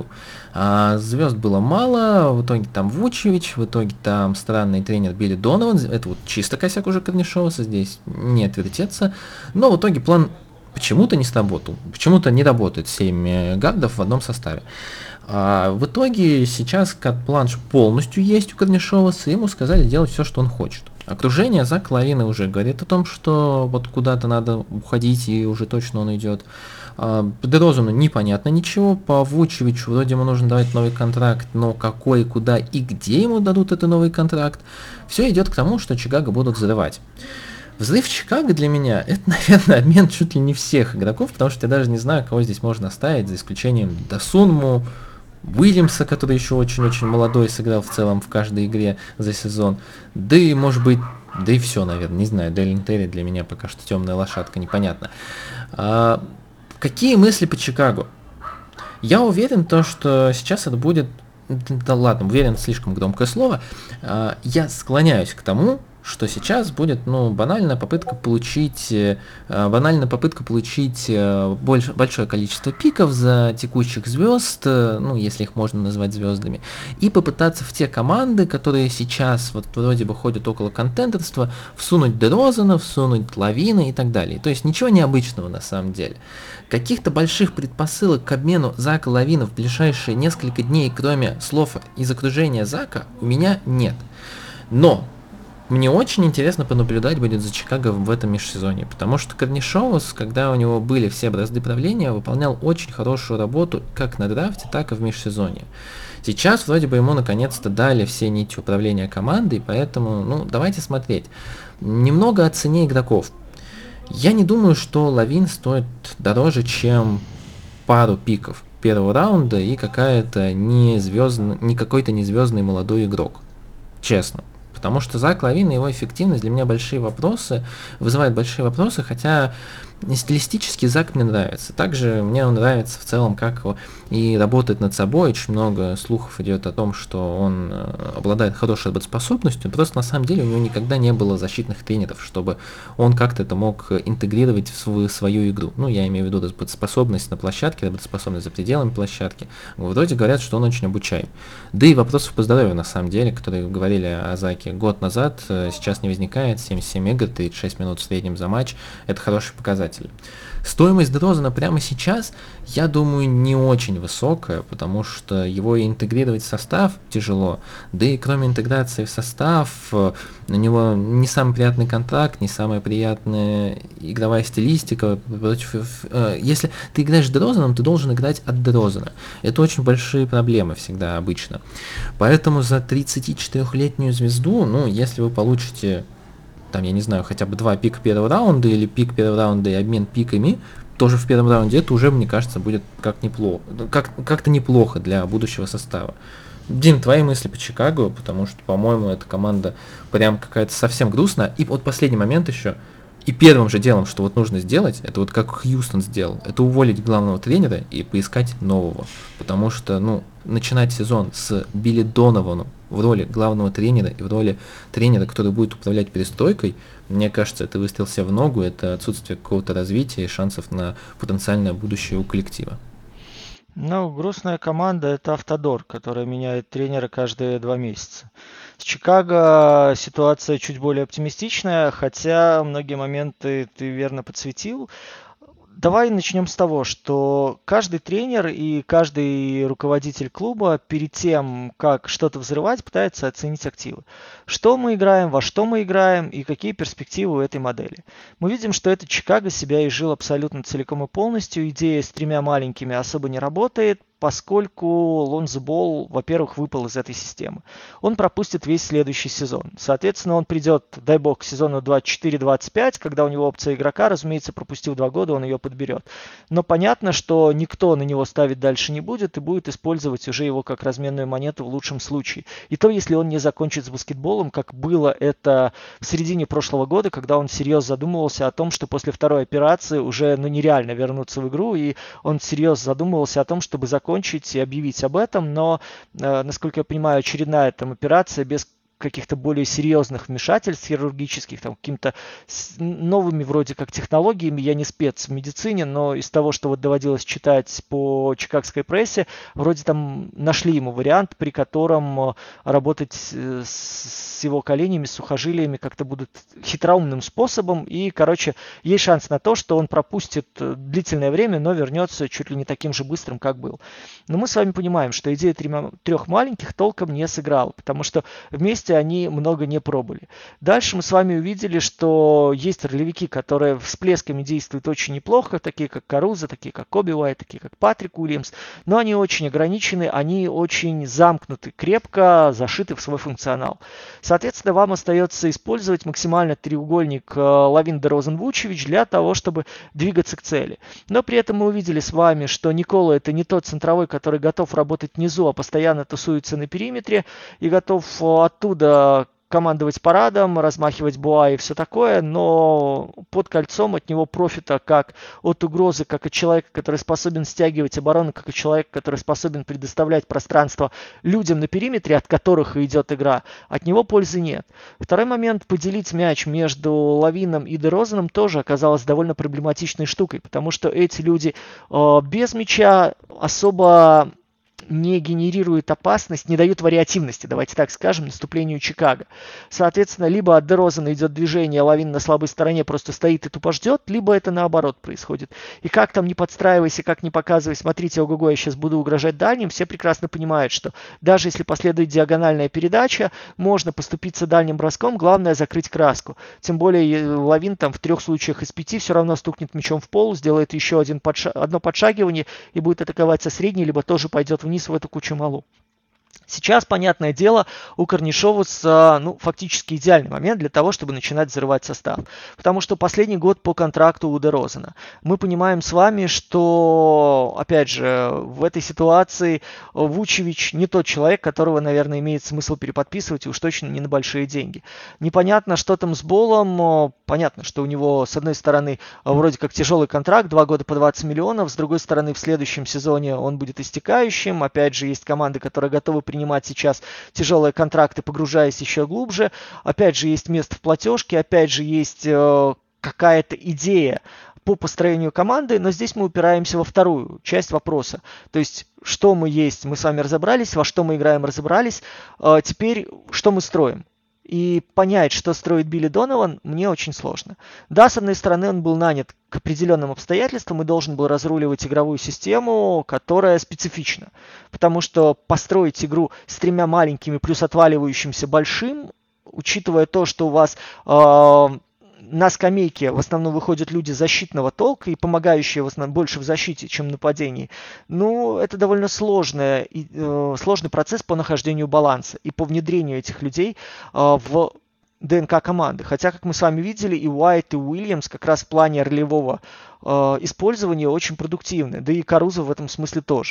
[SPEAKER 2] Звезд было мало, в итоге там Вучевич, в итоге там странный тренер Билли Донован, это вот чисто косяк уже Корнишоваса, здесь не отвертеться, но в итоге план почему-то не сработал, почему-то не работает 7 гардов в одном составе. В итоге сейчас карт-бланш полностью есть у Корнишоваса, ему сказали делать все, что он хочет. Окружение Зак Лавина уже говорит о том, что вот куда-то надо уходить, и уже точно он идет. По Дерозану непонятно ничего, по Вучевичу вроде ему нужно давать новый контракт, но какой, куда и где ему дадут этот новый контракт, все идет к тому, что Чикаго будут взрывать. Взрыв Чикаго для меня это, наверное, обмен чуть ли не всех игроков, потому что я даже не знаю, кого здесь можно оставить, за исключением Досунму, Уильямса, который еще очень-очень молодой, сыграл в целом в каждой игре за сезон. Да и, может быть, да и все, наверное, не знаю, Дэлин Терри для меня пока что темная лошадка, непонятно. Какие мысли по Чикаго? Я уверен, то, что сейчас это будет... Да ладно, уверен, слишком громкое слово. Я склоняюсь к тому, что сейчас будет, банальная попытка получить большое количество пиков за текущих звезд, если их можно назвать звездами, и попытаться в те команды, которые сейчас вот вроде бы ходят около контендерства, всунуть Дерозана, всунуть Лавина и так далее. То есть ничего необычного на самом деле. Каких-то больших предпосылок к обмену Зака Лавина в ближайшие несколько дней, кроме слов из окружения Зака, у меня нет. Но мне очень интересно понаблюдать будет за Чикаго в этом межсезонье, потому что Корнишовас, когда у него были все бразды правления, выполнял очень хорошую работу как на драфте, так и в межсезонье. Сейчас вроде бы ему наконец-то дали все нити управления командой, поэтому, давайте смотреть. Немного о цене игроков. Я не думаю, что Лавин стоит дороже, чем пару пиков первого раунда и какой-то не звездный молодой игрок. Честно. Потому что Зак Лавин и его эффективность для меня вызывает большие вопросы, хотя стилистически Зак мне нравится. Также мне он нравится в целом, как и работает над собой. Очень много слухов идет о том, что он обладает хорошей работоспособностью. Просто на самом деле у него никогда не было защитных тренеров, чтобы он как-то это мог интегрировать в свою игру. Я имею в виду работоспособность на площадке, работоспособность за пределами площадки. Вроде говорят, что он очень обучаем. Да и вопросов по здоровью, на самом деле, которые говорили о Заке все-таки год назад, сейчас не возникает, 77 игр, 36 минут в среднем за матч, это хороший показатель. Стоимость Дрозана прямо сейчас, я думаю, не очень высокая, потому что его интегрировать в состав тяжело, да и кроме интеграции в состав, у него не самый приятный контракт, не самая приятная игровая стилистика. Если ты играешь Дрозаном, ты должен играть от Дрозана. Это очень большие проблемы всегда обычно. Поэтому за 34-летнюю звезду, если вы получите, там, я не знаю, хотя бы 2 пика первого раунда или пик первого раунда и обмен пиками, тоже в первом раунде, это уже, мне кажется, будет как-то неплохо для будущего состава. Дим, твои мысли по Чикаго, потому что, по-моему, эта команда прям какая-то совсем грустная. И вот последний момент еще. И первым же делом, что вот нужно сделать, это вот как Хьюстон сделал, это уволить главного тренера и поискать нового. Потому что, начинать сезон с Билли Донованом в роли главного тренера и в роли тренера, который будет управлять перестройкой, мне кажется, это выстрел себе в ногу, это отсутствие какого-то развития и шансов на потенциальное будущее у коллектива.
[SPEAKER 1] Грустная команда – это Автодор, которая меняет тренера каждые 2 месяца. С Чикаго ситуация чуть более оптимистичная, хотя многие моменты ты верно подсветил. Давай начнем с того, что каждый тренер и каждый руководитель клуба перед тем, как что-то взрывать, пытается оценить активы. Что мы играем, во что мы играем и какие перспективы у этой модели. Мы видим, что этот Чикаго себя изжил абсолютно целиком и полностью. Идея с 3 маленькими особо не работает, поскольку Лонзо Болл, во-первых, выпал из этой системы. Он пропустит весь следующий сезон. Соответственно, он придет, дай бог, к сезону 24-25, когда у него опция игрока, разумеется, пропустив 2 года, он ее подберет. Но понятно, что никто на него ставить дальше не будет и будет использовать уже его как разменную монету в лучшем случае. И то, если он не закончит с баскетболом, как было это в середине прошлого года, когда он серьезно задумывался о том, что после второй операции уже нереально вернуться в игру, и он серьезно задумывался о том, чтобы закончить и объявить об этом, но, насколько я понимаю, очередная там операция без каких-то более серьезных вмешательств хирургических, там, какими-то новыми вроде как технологиями. Я не спец в медицине, но из того, что вот доводилось читать по чикагской прессе, вроде там нашли ему вариант, при котором работать с его коленями, с сухожилиями как-то будут хитроумным способом. И, есть шанс на то, что он пропустит длительное время, но вернется чуть ли не таким же быстрым, как был. Но мы с вами понимаем, что идея 3 маленьких толком не сыграла, потому что вместе они много не пробовали. Дальше мы с вами увидели, что есть ролевики, которые всплесками действуют очень неплохо, такие как Карузо, такие как Коби Уайт, такие как Патрик Уильямс, но они очень ограничены, они очень замкнуты, крепко зашиты в свой функционал. Соответственно, вам остается использовать максимально треугольник Лавин, Дерозан, Вучевич для того, чтобы двигаться к цели. Но при этом мы увидели с вами, что Никола это не тот центровой, который готов работать внизу, а постоянно тусуется на периметре и готов оттуда командовать парадом, размахивать буа и все такое, но под кольцом от него профита как от угрозы, как от человека, который способен стягивать оборону, как от человека, который способен предоставлять пространство людям на периметре, от которых идет игра, от него пользы нет. Второй момент, поделить мяч между Лавином и Дерозаном тоже оказалось довольно проблематичной штукой, потому что эти люди без мяча особо не генерируют опасность, не дают вариативности, давайте так скажем, наступлению Чикаго. Соответственно, либо от Дерозана идет движение, Лавин на слабой стороне просто стоит и тупо ждет, либо это наоборот происходит. И как там не подстраивайся, как не показывай, смотрите, ого-го, я сейчас буду угрожать дальним, все прекрасно понимают, что даже если последует диагональная передача, можно поступиться дальним броском, главное закрыть краску. Тем более Лавин там в 3 случаях из 5 все равно стукнет мячом в пол, сделает еще одно подшагивание и будет атаковать со средней, либо тоже пойдет вниз в эту кучу малу. Сейчас, понятное дело, у Карнишоваса фактически идеальный момент для того, чтобы начинать взрывать состав. Потому что последний год по контракту у Дерозана. Мы понимаем с вами, что, опять же, в этой ситуации Вучевич не тот человек, которого, наверное, имеет смысл переподписывать, и уж точно не на большие деньги. Непонятно, что там с Болом. Понятно, что у него, с одной стороны, вроде как тяжелый контракт, 2 года по 20 миллионов. С другой стороны, в следующем сезоне он будет истекающим. Опять же, есть команды, которые готовы принимать сейчас тяжелые контракты, погружаясь еще глубже. Опять же, есть место в платежке, опять же, есть какая-то идея по построению команды, но здесь мы упираемся во вторую часть вопроса. То есть, что мы есть, мы с вами разобрались, во что мы играем, разобрались. Теперь, что мы строим? и понять, что строит Билли Донован, мне очень сложно. Да, с одной стороны, он был нанят к определенным обстоятельствам и должен был разруливать игровую систему, которая специфична. Потому что построить игру с тремя маленькими плюс отваливающимся большим, учитывая то, что у вас на скамейке в основном выходят люди защитного толка и помогающие в основном больше в защите, чем в нападении. Ну, это довольно сложный процесс по нахождению баланса и по внедрению этих людей в ДНК команды. Хотя, как мы с вами видели, и Уайт, и Уильямс как раз в плане ролевого использования очень продуктивны. Да и Карузо в этом смысле тоже.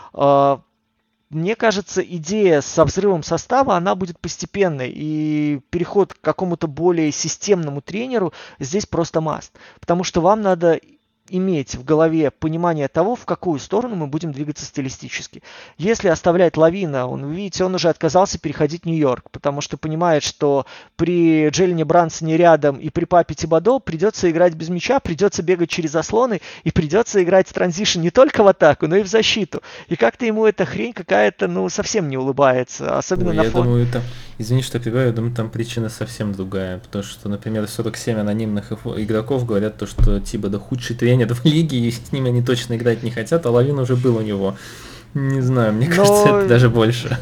[SPEAKER 1] Мне кажется, идея со взрывом состава, она будет постепенной, и переход к какому-то более системному тренеру здесь просто must. Потому что вам надо иметь в голове понимание того, в какую сторону мы будем двигаться стилистически. Если оставлять Лавина, вы видите, он уже отказался переходить в Нью-Йорк, потому что понимает, что при Джейлене Брансоне рядом и при Папе Тибадо придется играть без мяча, придется бегать через заслоны и придется играть в транзишн не только в атаку, но и в защиту. И как-то ему эта хрень какая-то, совсем не улыбается, особенно на фоне.
[SPEAKER 2] Я думаю, извини, что перебиваю, я думаю, там причина совсем другая, потому что, например, 47 анонимных игроков говорят то, что Тибадо худший тренер в лиге, и с ними они точно играть не хотят, а Лавин уже был у него. Не знаю, мне кажется, это даже больше.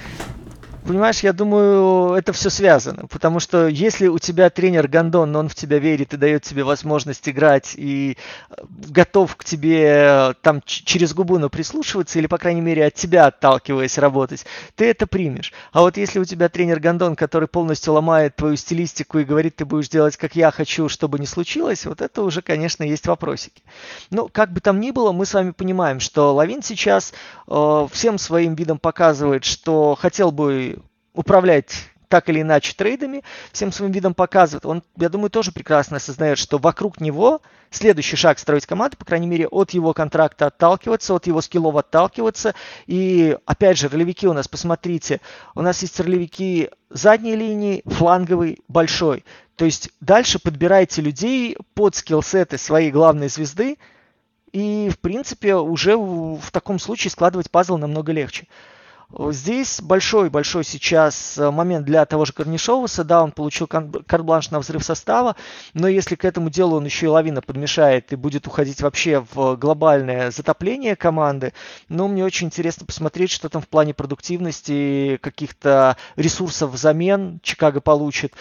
[SPEAKER 1] Понимаешь, я думаю, это все связано, потому что если у тебя тренер Гондон, но он в тебя верит и дает тебе возможность играть и готов к тебе там через губу, но прислушиваться, или, по крайней мере, от тебя отталкиваясь работать, ты это примешь. А вот если у тебя тренер Гондон, который полностью ломает твою стилистику и говорит, ты будешь делать, как я хочу, чтобы не случилось, вот это уже, конечно, есть вопросики. Но как бы там ни было, мы с вами понимаем, что Лавин сейчас всем своим видом показывает, что хотел бы управлять так или иначе трейдами, всем своим видом показывает. Он, я думаю, тоже прекрасно осознает, что вокруг него следующий шаг строить команду, по крайней мере, от его контракта отталкиваться, от его скиллов отталкиваться. И, опять же, ролевики у нас, посмотрите, у нас есть ролевики задней линии, фланговый, большой. То есть дальше подбирайте людей под скиллсеты своей главной звезды, и, в принципе, уже в таком случае складывать пазл намного легче. Здесь большой-большой сейчас момент для того же Корнишоваса. Да, он получил карт-бланш на взрыв состава, но если к этому делу он еще и Лавина подмешает и будет уходить вообще в глобальное затопление команды, мне очень интересно посмотреть, что там в плане продуктивности, каких-то ресурсов взамен Чикаго получит.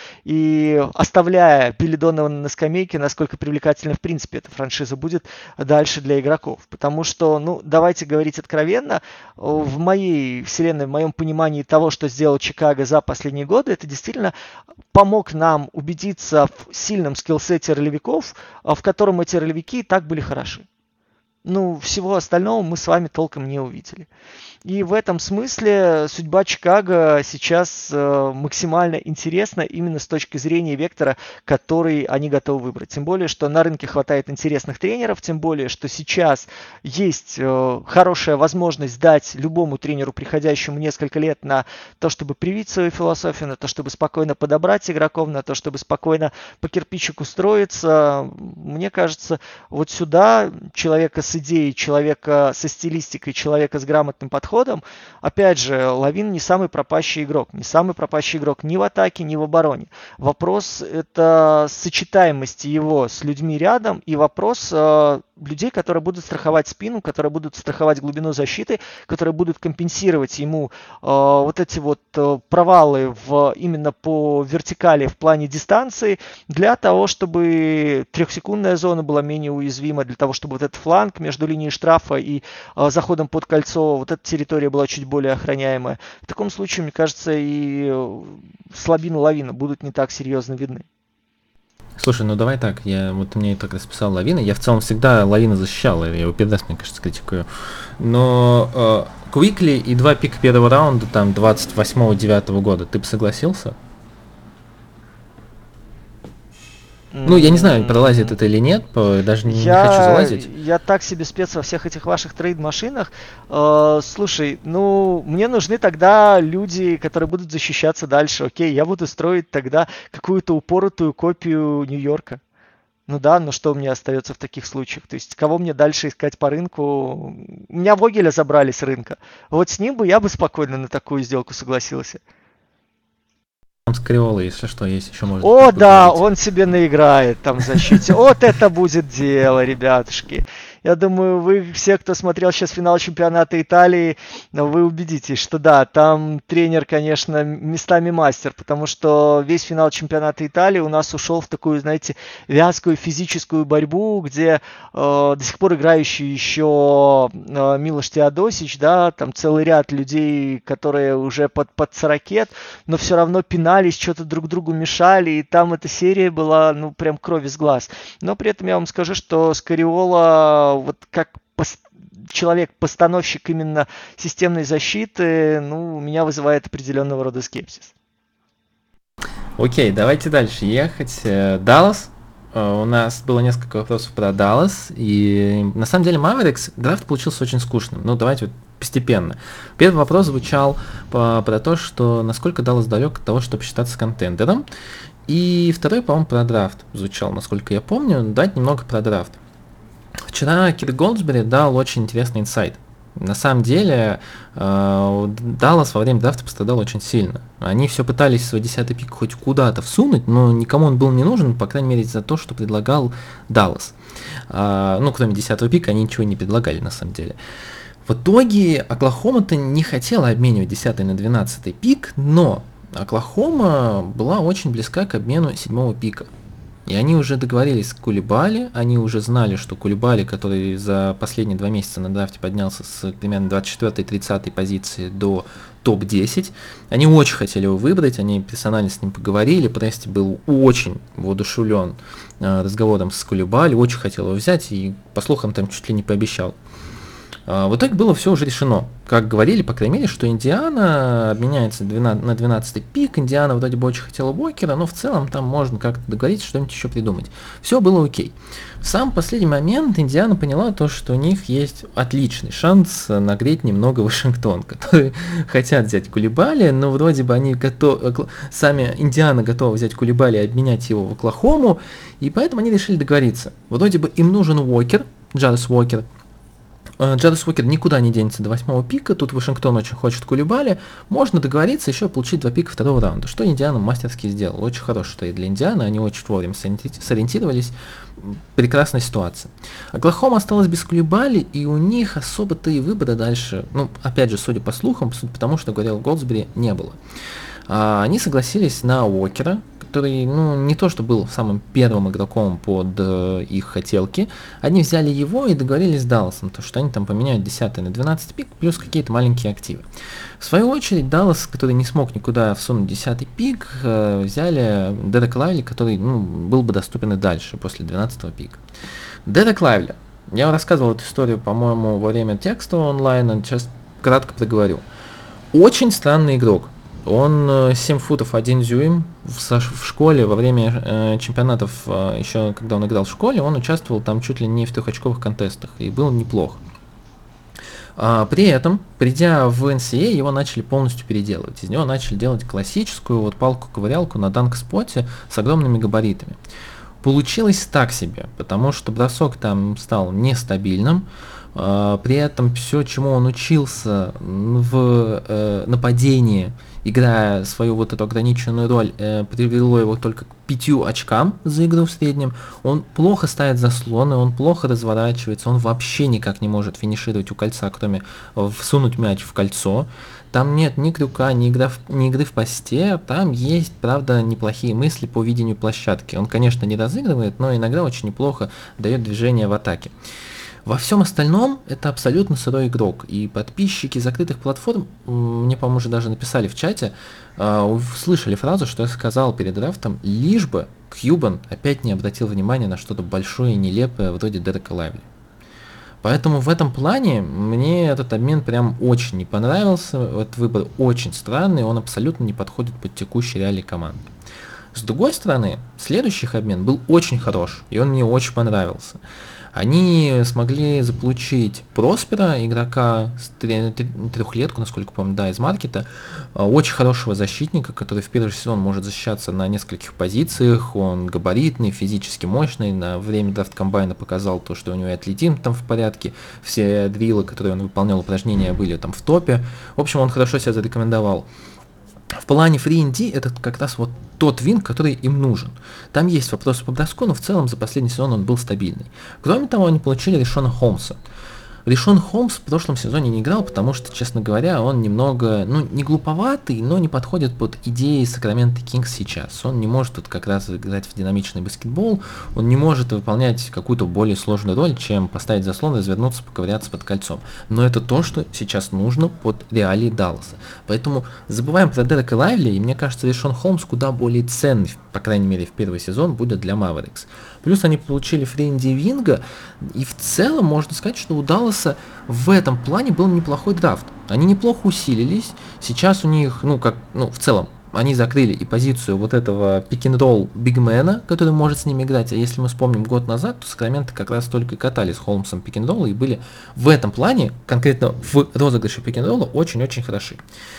[SPEAKER 1] И оставляя Билли Донована на скамейке, насколько привлекательна в принципе эта франшиза будет дальше для игроков. Потому что, давайте говорить откровенно, в моей вселенной, в моем понимании того, что сделал Чикаго за последние годы, это действительно помог нам убедиться в сильном скиллсете ролевиков, в котором эти ролевики и так были хороши. Всего остального мы с вами толком не увидели. И в этом смысле судьба Чикаго сейчас максимально интересна именно с точки зрения вектора, который они готовы выбрать. Тем более, что на рынке хватает интересных тренеров, тем более, что сейчас есть хорошая возможность дать любому тренеру, приходящему несколько лет, на то, чтобы привить свою философию, на то, чтобы спокойно подобрать игроков, на то, чтобы спокойно по кирпичику строиться. Мне кажется, вот сюда человека с идеей, человека со стилистикой, человека с грамотным подходом, опять же, Лавин не самый пропащий игрок. Не самый пропащий игрок ни в атаке, ни в обороне. Вопрос это сочетаемости его с людьми рядом и вопрос людей, которые будут страховать спину, которые будут страховать глубину защиты, которые будут компенсировать ему вот эти вот провалы именно по вертикали в плане дистанции для того, чтобы трехсекундная зона была менее уязвима, для того, чтобы вот этот фланг между линией штрафа и заходом под кольцо, вот эта территория была чуть более охраняемая. В таком случае, мне кажется, и слабины Лавина будут не так серьезно видны.
[SPEAKER 2] Слушай, давай так, ты мне так расписал Лавина, я в целом всегда Лавина защищал, я его первый раз, мне кажется, критикую. Но Квикли и 2 пика первого раунда, там, 28-9 года, ты бы согласился? Я не знаю, пролазит это или нет, даже не хочу залазить.
[SPEAKER 1] Я так себе спец во всех этих ваших трейд-машинах. Слушай, мне нужны тогда люди, которые будут защищаться дальше. Окей, я буду строить тогда какую-то упоротую копию Нью-Йорка. Что мне остается в таких случаях? То есть, кого мне дальше искать по рынку? У меня Вогеля забрали с рынка. Вот с ним я бы спокойно на такую сделку согласился.
[SPEAKER 2] Там с Криолой, если что, есть еще можно
[SPEAKER 1] О, да,
[SPEAKER 2] поговорить.
[SPEAKER 1] он себе наиграет там в защите. Вот это будет дело, ребятушки. Я думаю, вы все, кто смотрел сейчас финал чемпионата Италии, вы убедитесь, что да, там тренер, конечно, местами мастер, потому что весь финал чемпионата Италии у нас ушел в такую, знаете, вязкую физическую борьбу, где до сих пор играющий еще Милош Теодосич, да, там целый ряд людей, которые уже под 40, но все равно пинались, что-то друг другу мешали, и там эта серия была, ну, прям кровь из глаз. Но при этом я вам скажу, что Скариола, вот как человек-постановщик именно системной защиты, ну, у меня вызывает определенного рода скепсис.
[SPEAKER 2] Окей, давайте дальше ехать. Даллас. У нас было несколько вопросов про Даллас, и на самом деле Mavericks драфт получился очень скучным. Ну, давайте вот постепенно. Первый вопрос звучал про то, что насколько Даллас далек от того, чтобы считаться контендером. И второй, по-моему, про драфт звучал, насколько я помню. Дать немного про драфт. Вчера Кир Голдсбери дал очень интересный инсайт. На самом деле, Даллас во время драфта пострадал очень сильно. Они все пытались свой 10-й пик хоть куда-то всунуть, но никому он был не нужен, по крайней мере, за то, что предлагал Даллас. Ну, кроме 10-го пика, они ничего не предлагали, на самом деле. В итоге, Оклахома-то не хотела обменивать 10-й на 12-й пик, но Оклахома была очень близка к обмену 7-го пика. И они уже договорились с Кулибали, они уже знали, что Кулибали, который за последние 2 месяца на драфте поднялся с примерно 24-30 позиции до топ-10, они очень хотели его выбрать, они персонально с ним поговорили, Прести был очень воодушевлен разговором с Кулибали, очень хотел его взять и, по слухам, там чуть ли не пообещал. В итоге было все уже решено. Как говорили, по крайней мере, что Индиана обменяется на 12-й пик. Индиана вроде бы очень хотела Уокера, но в целом там можно как-то договориться, что-нибудь еще придумать. Все было окей. В самый последний момент Индиана поняла то, что у них есть отличный шанс нагреть немного Вашингтон, которые хотят взять Кулибали, но вроде бы они готовы, сами Индиана готова взять Кулибали и обменять его в Оклахому, и поэтому они решили договориться. Вроде бы им нужен Уокер, Джарес Уокер. Джарес Уокер никуда не денется до 8-го пика, тут Вашингтон очень хочет Кулибали, можно договориться еще получить 2 пика 2-го раунда, что Индиана мастерски сделал, очень хороший трейд для Индианы, они очень вовремя сориентировались, прекрасная ситуация. Оклахома осталась без Кулибали, и у них особо-то и выбора дальше, ну, опять же, судя по слухам, потому что говорил Голдсбери, не было. Они согласились на Уокера, который, ну, не то что был самым первым игроком под их хотелки, они взяли его и договорились с Далласом, то что они там поменяют 10 на 12 пик, плюс какие-то маленькие активы. В свою очередь, Даллас, который не смог никуда всунуть 10 пик, взяли Дерека Лайвли, который, ну, был бы доступен и дальше, после 12 пика. Дерек Лайвли. Я вам рассказывал эту историю, по-моему, во время текстового онлайна, сейчас кратко проговорю. Очень странный игрок. Он 7 футов 1 дюйм в школе во время чемпионатов, еще когда он играл в школе, он участвовал там чуть ли не в трехочковых контестах и был неплох. При этом, придя в NCAA, его начали полностью переделывать. Из него начали делать классическую вот палку-ковырялку на данк-споте с огромными габаритами. Получилось так себе, потому что бросок там стал нестабильным. При этом все, чему он учился в нападении, играя свою вот эту ограниченную роль, привело его только к 5 очкам за игру в среднем. Он плохо ставит заслоны, он плохо разворачивается, он вообще никак не может финишировать у кольца, кроме всунуть мяч в кольцо. Там нет ни крюка, ни игры в посте, там есть, правда, неплохие мысли по видению площадки. Он, конечно, не разыгрывает, но иногда очень неплохо дает движение в атаке. Во всем остальном это абсолютно сырой игрок, и подписчики закрытых платформ, мне, по-моему, уже даже написали в чате, услышали фразу, что я сказал перед драфтом, лишь бы Кьюбан опять не обратил внимания на что-то большое и нелепое вроде Дерека Лайвли. Поэтому в этом плане мне этот обмен прям очень не понравился, этот выбор очень странный, он абсолютно не подходит под текущие реалии команды. С другой стороны, следующий обмен был очень хорош, и он мне очень понравился. Они смогли заполучить Проспера, игрока с трехлетку, насколько помню, да, из маркета, очень хорошего защитника, который в первый сезон может защищаться на нескольких позициях, он габаритный, физически мощный, на время драфт-комбайна показал то, что у него и атлетизм там в порядке, все дриллы, которые он выполнял, упражнения были там в топе, в общем, он хорошо себя зарекомендовал. в плане FreeND это как раз вот тот винг, который им нужен. Там есть вопросы по броску, но в целом за последний сезон он был стабильный. Кроме того, они получили Ришона Холмса. Ришон Холмс в прошлом сезоне не играл, потому что, честно говоря, он немного, не глуповатый, но не подходит под идеи Сакраменто Кингс сейчас. Он не может тут как раз играть в динамичный баскетбол, он не может выполнять какую-то более сложную роль, чем поставить заслон, развернуться, поковыряться под кольцом. Но это то, что сейчас нужно под реалии Далласа. Поэтому забываем про Дерека Лайвли, и мне кажется, Ришон Холмс куда более ценный, по крайней мере, в первый сезон будет для Mavericks. Плюс они получили FreeND Винга, и в целом можно сказать, что у Далласа в этом плане был неплохой драфт. Они неплохо усилились, сейчас у них, в целом, они закрыли и позицию вот этого пик-н-ролл бигмена, который может с ними играть, а если мы вспомним год назад, то Сакраменто как раз только катали с Холмсом пик-н-ролл и были в этом плане, конкретно в розыгрыше пик-н-ролла, очень-очень хороши.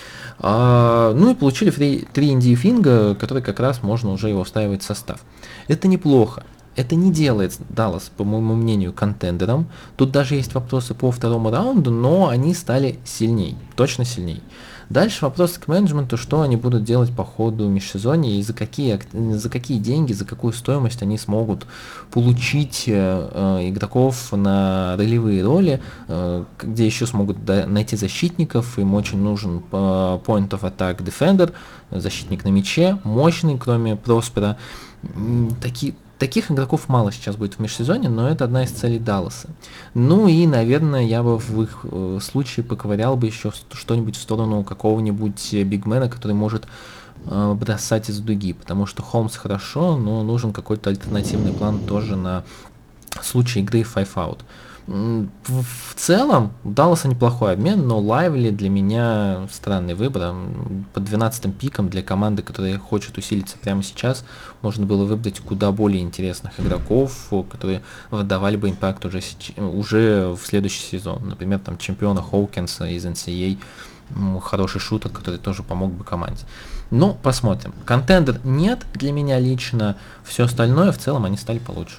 [SPEAKER 2] И получили 3ND Финга, который как раз можно уже его вставить в состав. Это неплохо. Это не делает Даллас, по моему мнению, контендером. Тут даже есть вопросы по второму раунду, но они стали сильней, точно силней. Дальше вопрос к менеджменту, что они будут делать по ходу межсезонья и за какие деньги, за какую стоимость они смогут получить игроков на ролевые роли, где еще смогут найти защитников. Им очень нужен point of attack defender, защитник на мяче, мощный, кроме Проспера. Таких игроков мало сейчас будет в межсезонье, но это одна из целей Далласа. Наверное, я бы в их случае поковырял бы еще что-нибудь в сторону какого-нибудь бигмена, который может бросать из дуги, потому что Холмс хорошо, но нужен какой-то альтернативный план тоже на случай игры 5-out. В целом, Далласа неплохой обмен, но Лайвли для меня странный выбор. Под 12-м пиком для команды, которая хочет усилиться прямо сейчас, можно было выбрать куда более интересных игроков, которые выдавали бы импакт уже в следующий сезон. Например, там чемпиона Хоукинса из NCAA, хороший шутер, который тоже помог бы команде. Но посмотрим. Контендер нет для меня лично, все остальное в целом они стали получше.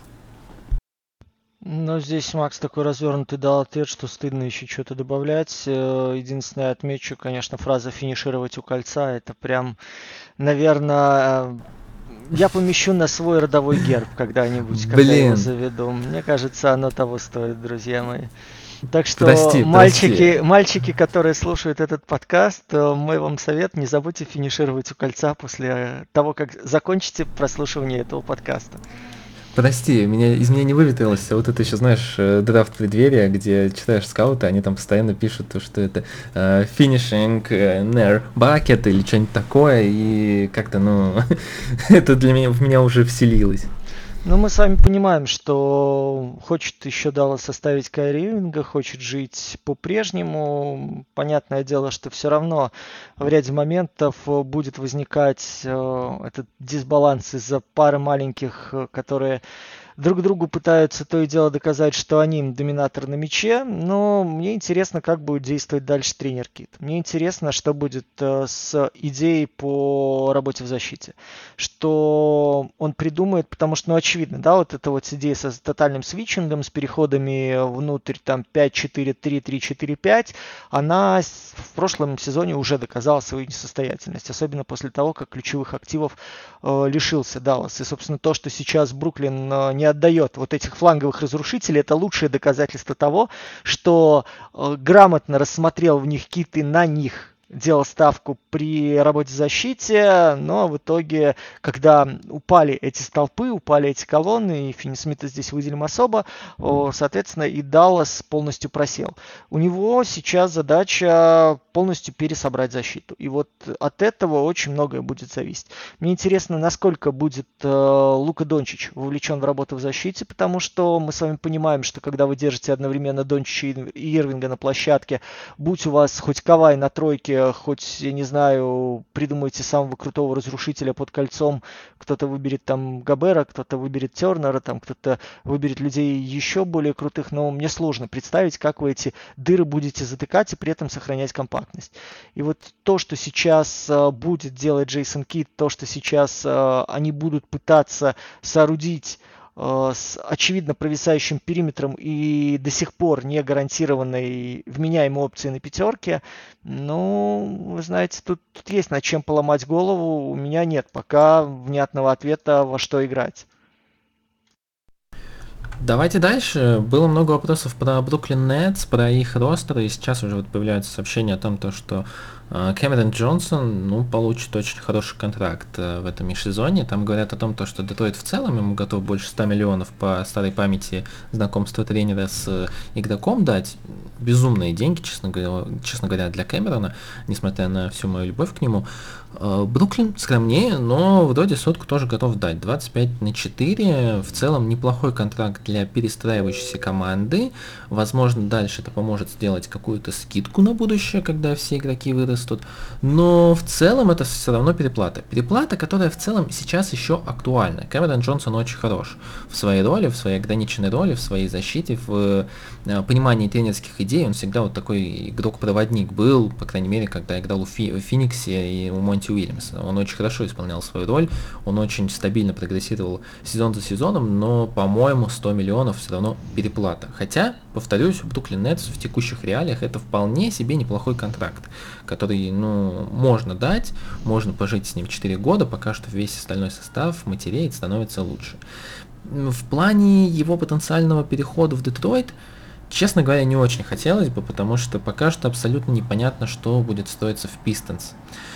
[SPEAKER 1] Но здесь Макс такой развернутый дал ответ, что стыдно еще что-то добавлять. Единственное, отмечу, конечно, фраза «финишировать у кольца». Это прям, наверное, я помещу на свой родовой герб когда-нибудь, когда его заведу. Мне кажется, оно того стоит, друзья мои. Так что, мальчики, которые слушают этот подкаст, мой вам совет, не забудьте финишировать у кольца после того, как закончите прослушивание этого подкаста.
[SPEAKER 2] Прости, из меня не выветрилось, вот это еще, знаешь, драфт преддверия, где читаешь скауты, они там постоянно пишут, что это finishing near bucket или что-нибудь такое, и как-то, это в меня уже вселилось.
[SPEAKER 1] Мы с вами понимаем, что хочет еще Даллас составить Кайри Ирвинга, хочет жить по-прежнему. Понятное дело, что все равно в ряде моментов будет возникать этот дисбаланс из-за пары маленьких, которые друг другу пытаются то и дело доказать, что они доминатор на мяче, но мне интересно, как будет действовать дальше тренер Кит. Мне интересно, что будет с идеей по работе в защите. Что он придумает, потому что, очевидно, да, вот эта вот идея с тотальным свитчингом, с переходами внутрь, там, 5-4-3, 3-4-5, она в прошлом сезоне уже доказала свою несостоятельность, особенно после того, как ключевых активов лишился Даллас. И, собственно, то, что сейчас Бруклин не отдает вот этих фланговых разрушителей, это лучшее доказательство того, что грамотно рассмотрел в них Кит и на них делал ставку при работе в защите, но в итоге, когда упали эти столпы, упали эти колонны, и Финни Смита здесь выделим особо, соответственно, и Даллас полностью просел. У него сейчас задача полностью пересобрать защиту. И вот от этого очень многое будет зависеть. Мне интересно, насколько будет Лука Дончич вовлечен в работу в защите, потому что мы с вами понимаем, что когда вы держите одновременно Дончича и Ирвинга на площадке, будь у вас хоть Кавай на тройке, хоть, я не знаю, придумайте самого крутого разрушителя под кольцом, кто-то выберет там Габера, кто-то выберет Тернера, там кто-то выберет людей еще более крутых, но мне сложно представить, как вы эти дыры будете затыкать и при этом сохранять компактность. И вот то, что сейчас будет делать Джейсон Кид, то, что сейчас они будут пытаться соорудить с очевидно провисающим периметром и до сих пор не гарантированной вменяемой опцией на пятерке, ну, вы знаете, тут есть над чем поломать голову. У меня нет пока внятного ответа, во что играть.
[SPEAKER 2] Давайте дальше. Было много вопросов про Бруклин Нетс, про их ростер, и сейчас уже вот появляются сообщения о том, что Кэмерон Джонсон, ну, получит очень хороший контракт в этом межсезонье. Там говорят о том, что Детройт в целом ему готов больше 100 миллионов по старой памяти знакомства тренера с игроком дать. Безумные деньги, честно говоря, для Кэмерона, несмотря на всю мою любовь к нему. Бруклин скромнее, но вроде сотку тоже готов дать. 25/4. В целом неплохой контракт для перестраивающейся команды. Возможно, дальше это поможет сделать какую-то скидку на будущее, когда все игроки вырастут. Но в целом это все равно переплата. Переплата, которая в целом сейчас еще актуальна. Кэмерон Джонсон очень хорош в своей роли, в своей ограниченной роли, в своей защите, в понимании тренерских идей. Он всегда вот такой игрок-проводник был, по крайней мере, когда играл в Фениксе и у Монти Уильямса. Он очень хорошо исполнял свою роль, он очень стабильно прогрессировал сезон за сезоном, но, по-моему, 100 миллионов все равно переплата. Хотя, повторюсь, у Бруклин Нетс в текущих реалиях это вполне себе неплохой контракт, который, ну, можно дать, можно пожить с ним 4 года, пока что весь остальной состав матереет, становится лучше. В плане его потенциального перехода в Детройт, честно говоря, не очень хотелось бы, потому что пока что абсолютно непонятно, что будет строиться в Пистонс.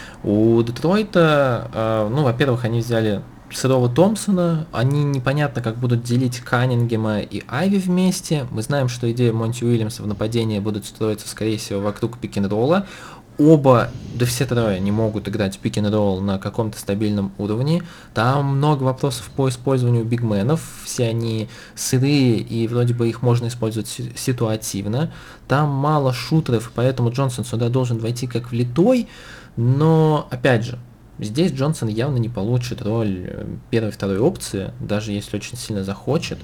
[SPEAKER 2] У Детройта, ну, во-первых, они взяли сырого Томпсона, они непонятно, как будут делить Каннингема и Айви вместе. Мы знаем, что идея Монти Уильямса в нападении будут строиться, скорее всего, вокруг пик-н-ролла. Оба, да все трое, не могут играть в пик-н-ролл на каком-то стабильном уровне. Там много вопросов по использованию бигменов. Все они сырые, и вроде бы их можно использовать ситуативно. Там мало шутеров, поэтому Джонсон сюда должен войти как влитой. Но, опять же, здесь Джонсон явно не получит роль первой-второй опции, даже если очень сильно захочет.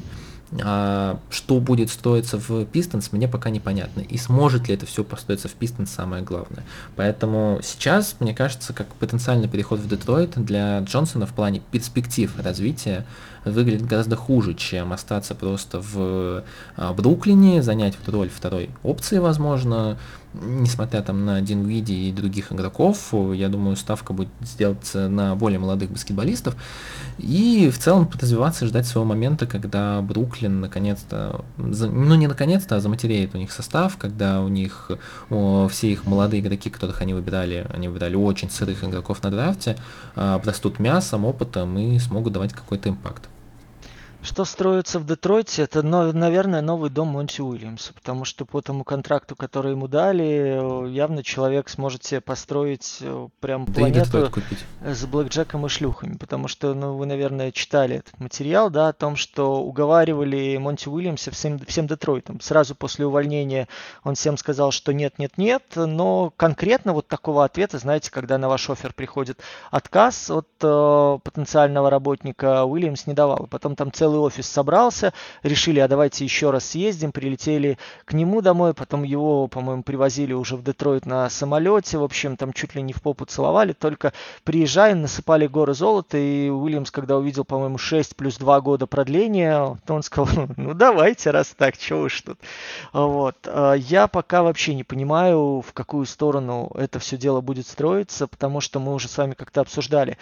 [SPEAKER 2] Что будет строиться в Пистонс, мне пока непонятно. И сможет ли это все построиться в Пистонс, самое главное. Поэтому сейчас, мне кажется, как потенциальный переход в Детройт для Джонсона в плане перспектив развития выглядит гораздо хуже, чем остаться просто в Бруклине, занять эту роль второй опции, возможно. Несмотря там на Динвиди и других игроков, я думаю, ставка будет сделаться на более молодых баскетболистов. И в целом развиваться, ждать своего момента, когда Бруклин наконец-то, ну не наконец-то, а заматереет у них состав, когда у них все их молодые игроки, которых они выбирали очень сырых игроков на драфте, обрастут мясом, опытом и смогут давать какой-то импакт.
[SPEAKER 1] Что строится в Детройте, это, наверное, новый дом Монти Уильямса, потому что по тому контракту, который ему дали, явно человек сможет себе построить прям
[SPEAKER 2] Да и Детройт
[SPEAKER 1] планету
[SPEAKER 2] купить.
[SPEAKER 1] с блэкджеком и шлюхами, потому что, ну, вы, наверное, читали этот материал, да, о том, что уговаривали Монти Уильямса всем Детройтом. Сразу после увольнения он всем сказал, что нет, нет, нет, но конкретно вот такого ответа, знаете, когда на ваш оффер приходит отказ от потенциального работника, Уильямс не давал. Потом там целый офис собрался, решили, а давайте еще раз съездим, прилетели к нему домой, потом его, по-моему, привозили уже в Детройт на самолете, в общем, там чуть ли не в попу целовали, только приезжаем, насыпали горы золота, и Уильямс, когда увидел, по-моему, 6 плюс 2 года продления, то он сказал, ну давайте, раз так, чего уж тут. Вот. Я пока вообще не понимаю, в какую сторону это все дело будет строиться, потому что мы уже с вами как-то обсуждали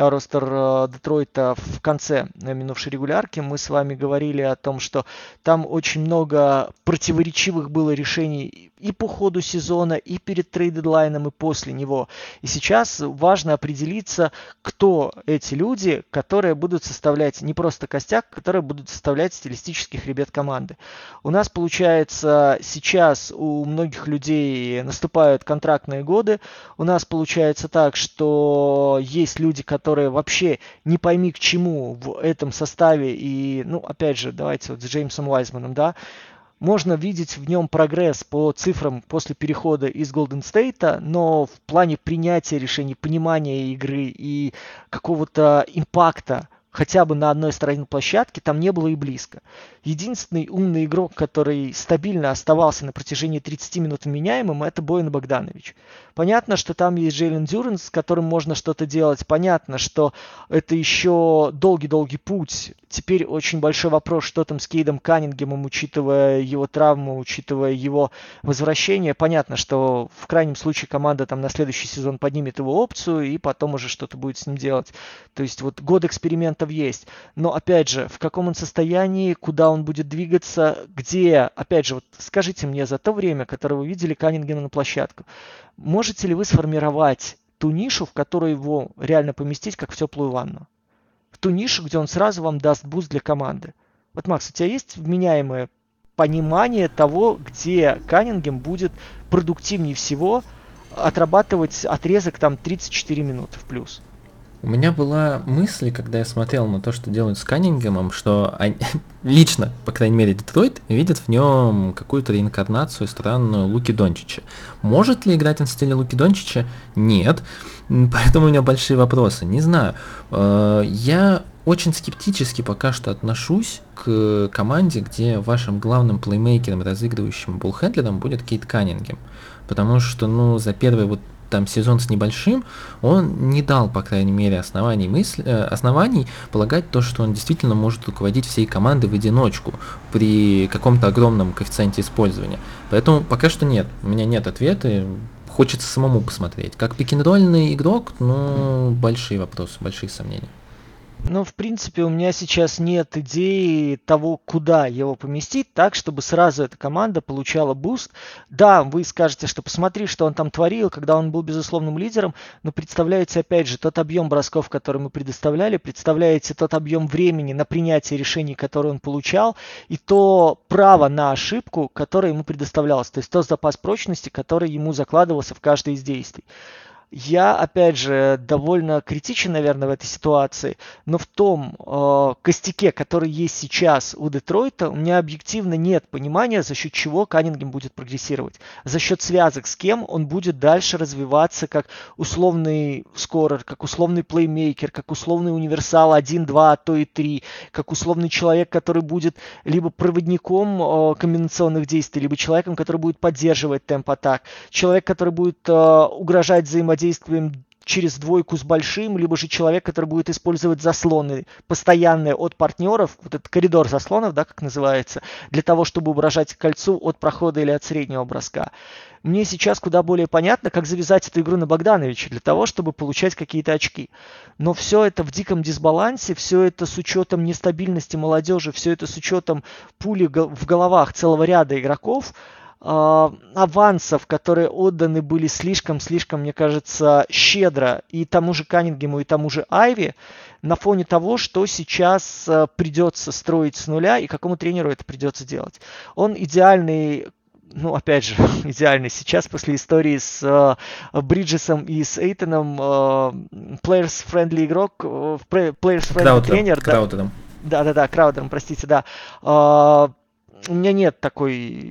[SPEAKER 1] ростер Детройта в конце минувшей регулярки. Мы с вами говорили о том, что там очень много противоречивых было решений и по ходу сезона, и перед трейд-дедлайном, и после него. И сейчас важно определиться, кто эти люди, которые будут составлять не просто костяк, которые будут составлять стилистических ребят команды. У нас, получается, сейчас у многих людей наступают контрактные годы. У нас получается так, что есть люди, которые вообще не пойми к чему в этом составе. И, ну, опять же, давайте вот с Джеймсом Уайзманом, да, можно видеть в нем прогресс по цифрам после перехода из Голден Стейта, но в плане принятия решений, понимания игры и какого-то импакта хотя бы на одной стороне площадки, там не было и близко. Единственный умный игрок, который стабильно оставался на протяжении 30 минут вменяемым, это Боян Богданович. Понятно, что там есть Джейлен Дюрен, с которым можно что-то делать. Понятно, что это еще долгий-долгий путь. Теперь очень большой вопрос, что там с Кейдом Каннингемом, учитывая его травму, учитывая его возвращение. Понятно, что в крайнем случае команда там на следующий сезон поднимет его опцию и потом уже что-то будет с ним делать. То есть вот год экспериментов есть. Но опять же, в каком он состоянии, куда он будет двигаться, где, опять же, вот скажите мне за то время, которое вы видели Каннингема на площадку, можете ли вы сформировать ту нишу, в которую его реально поместить, как в теплую ванну? В ту нишу, где он сразу вам даст буст для команды. Вот, Макс, у тебя есть вменяемое понимание того, где Каннингем будет продуктивнее всего отрабатывать отрезок там 34 минуты в плюс?
[SPEAKER 2] У меня была мысль, когда я смотрел на то, что делают с Каннингемом, что лично, по крайней мере, Детройт видит в нем какую-то реинкарнацию странную Луки Дончича. Может ли играть он в стиле Луки Дончича? Нет. Поэтому у меня большие вопросы. Не знаю. Я очень скептически пока что отношусь к команде, где вашим главным плеймейкером, разыгрывающим болхендлером будет Кейт Каннингем. Потому что, за первый вот там сезон с небольшим, он не дал, по крайней мере, оснований полагать то, что он действительно может руководить всей командой в одиночку при каком-то огромном коэффициенте использования. Поэтому пока что нет, у меня нет ответа, хочется самому посмотреть. Как пик-н-ролльный игрок, большие вопросы, большие сомнения.
[SPEAKER 1] Ну, в принципе, у меня сейчас нет идеи того, куда его поместить, так, чтобы сразу эта команда получала буст. Да, вы скажете, что посмотри, что он там творил, когда он был безусловным лидером, но представляете, опять же, тот объем бросков, который мы предоставляли, представляете тот объем времени на принятие решений, который он получал, и то право на ошибку, которое ему предоставлялось, то есть тот запас прочности, который ему закладывался в каждое из действий. Я, опять же, довольно критичен, наверное, в этой ситуации, но в том костяке, который есть сейчас у Детройта, у меня объективно нет понимания, за счет чего Каннингем будет прогрессировать. За счет связок с кем он будет дальше развиваться как условный скорер, как условный плеймейкер, как условный универсал 1, 2, а то и 3, как условный человек, который будет либо проводником комбинационных действий, либо человеком, который будет поддерживать темп атак, человек, который будет угрожать взаимодействием через двойку с большим, либо же человек, который будет использовать заслоны постоянные от партнеров, вот этот коридор заслонов, да, как называется, для того, чтобы угрожать кольцу от прохода или от среднего броска. Мне сейчас куда более понятно, как завязать эту игру на Богдановича для того, чтобы получать какие-то очки. Но все это в диком дисбалансе, все это с учетом нестабильности молодежи, все это с учетом пули в головах целого ряда игроков, авансов, которые отданы были слишком, мне кажется, щедро и тому же Каннингему, и тому же Айви, на фоне того, что сейчас придется строить с нуля и какому тренеру это придется делать. Он идеальный, опять же, идеальный сейчас после истории с Бриджесом и с Эйтоном, players-friendly игрок, players-friendly тренер.
[SPEAKER 2] Краудером.
[SPEAKER 1] Да, Краудером, простите, да. У меня нет такого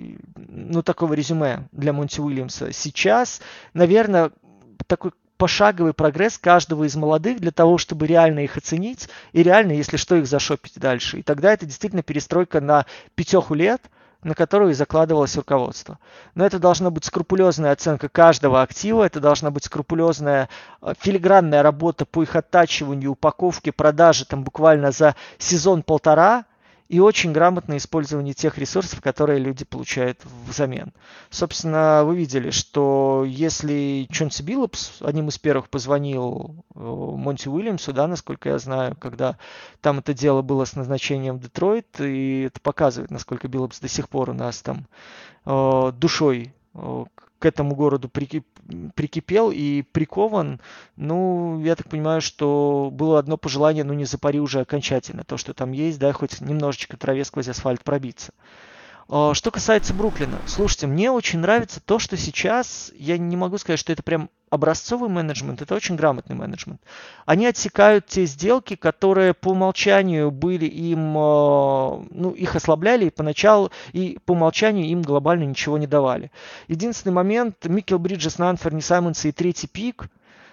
[SPEAKER 1] резюме для Монти Уильямса. Сейчас, наверное, такой пошаговый прогресс каждого из молодых для того, чтобы реально их оценить и реально, если что, их зашопить дальше. И тогда это действительно перестройка на 5 лет, на которую и закладывалось руководство. Но это должна быть скрупулезная оценка каждого актива, это должна быть скрупулезная филигранная работа по их оттачиванию, упаковке, продаже там буквально за сезон-полтора, и очень грамотное использование тех ресурсов, которые люди получают взамен. Собственно, вы видели, что если Чонси Биллупс одним из первых позвонил Монти Уильямсу, да, насколько я знаю, когда там это дело было с назначением в Детройт, и это показывает, насколько Биллупс до сих пор у нас там душой к этому городу прикипел и прикован. Я так понимаю, что было одно пожелание, не запари уже окончательно то, что там есть, да, хоть немножечко траве сквозь асфальт пробиться. Что касается Бруклина, слушайте, мне очень нравится то, что сейчас, я не могу сказать, что это прям образцовый менеджмент, это очень грамотный менеджмент. Они отсекают те сделки, которые по умолчанию были им, их ослабляли поначалу, и по умолчанию им глобально ничего не давали. Единственный момент, Микел Бриджес на Анферни Саймонса и третий пик,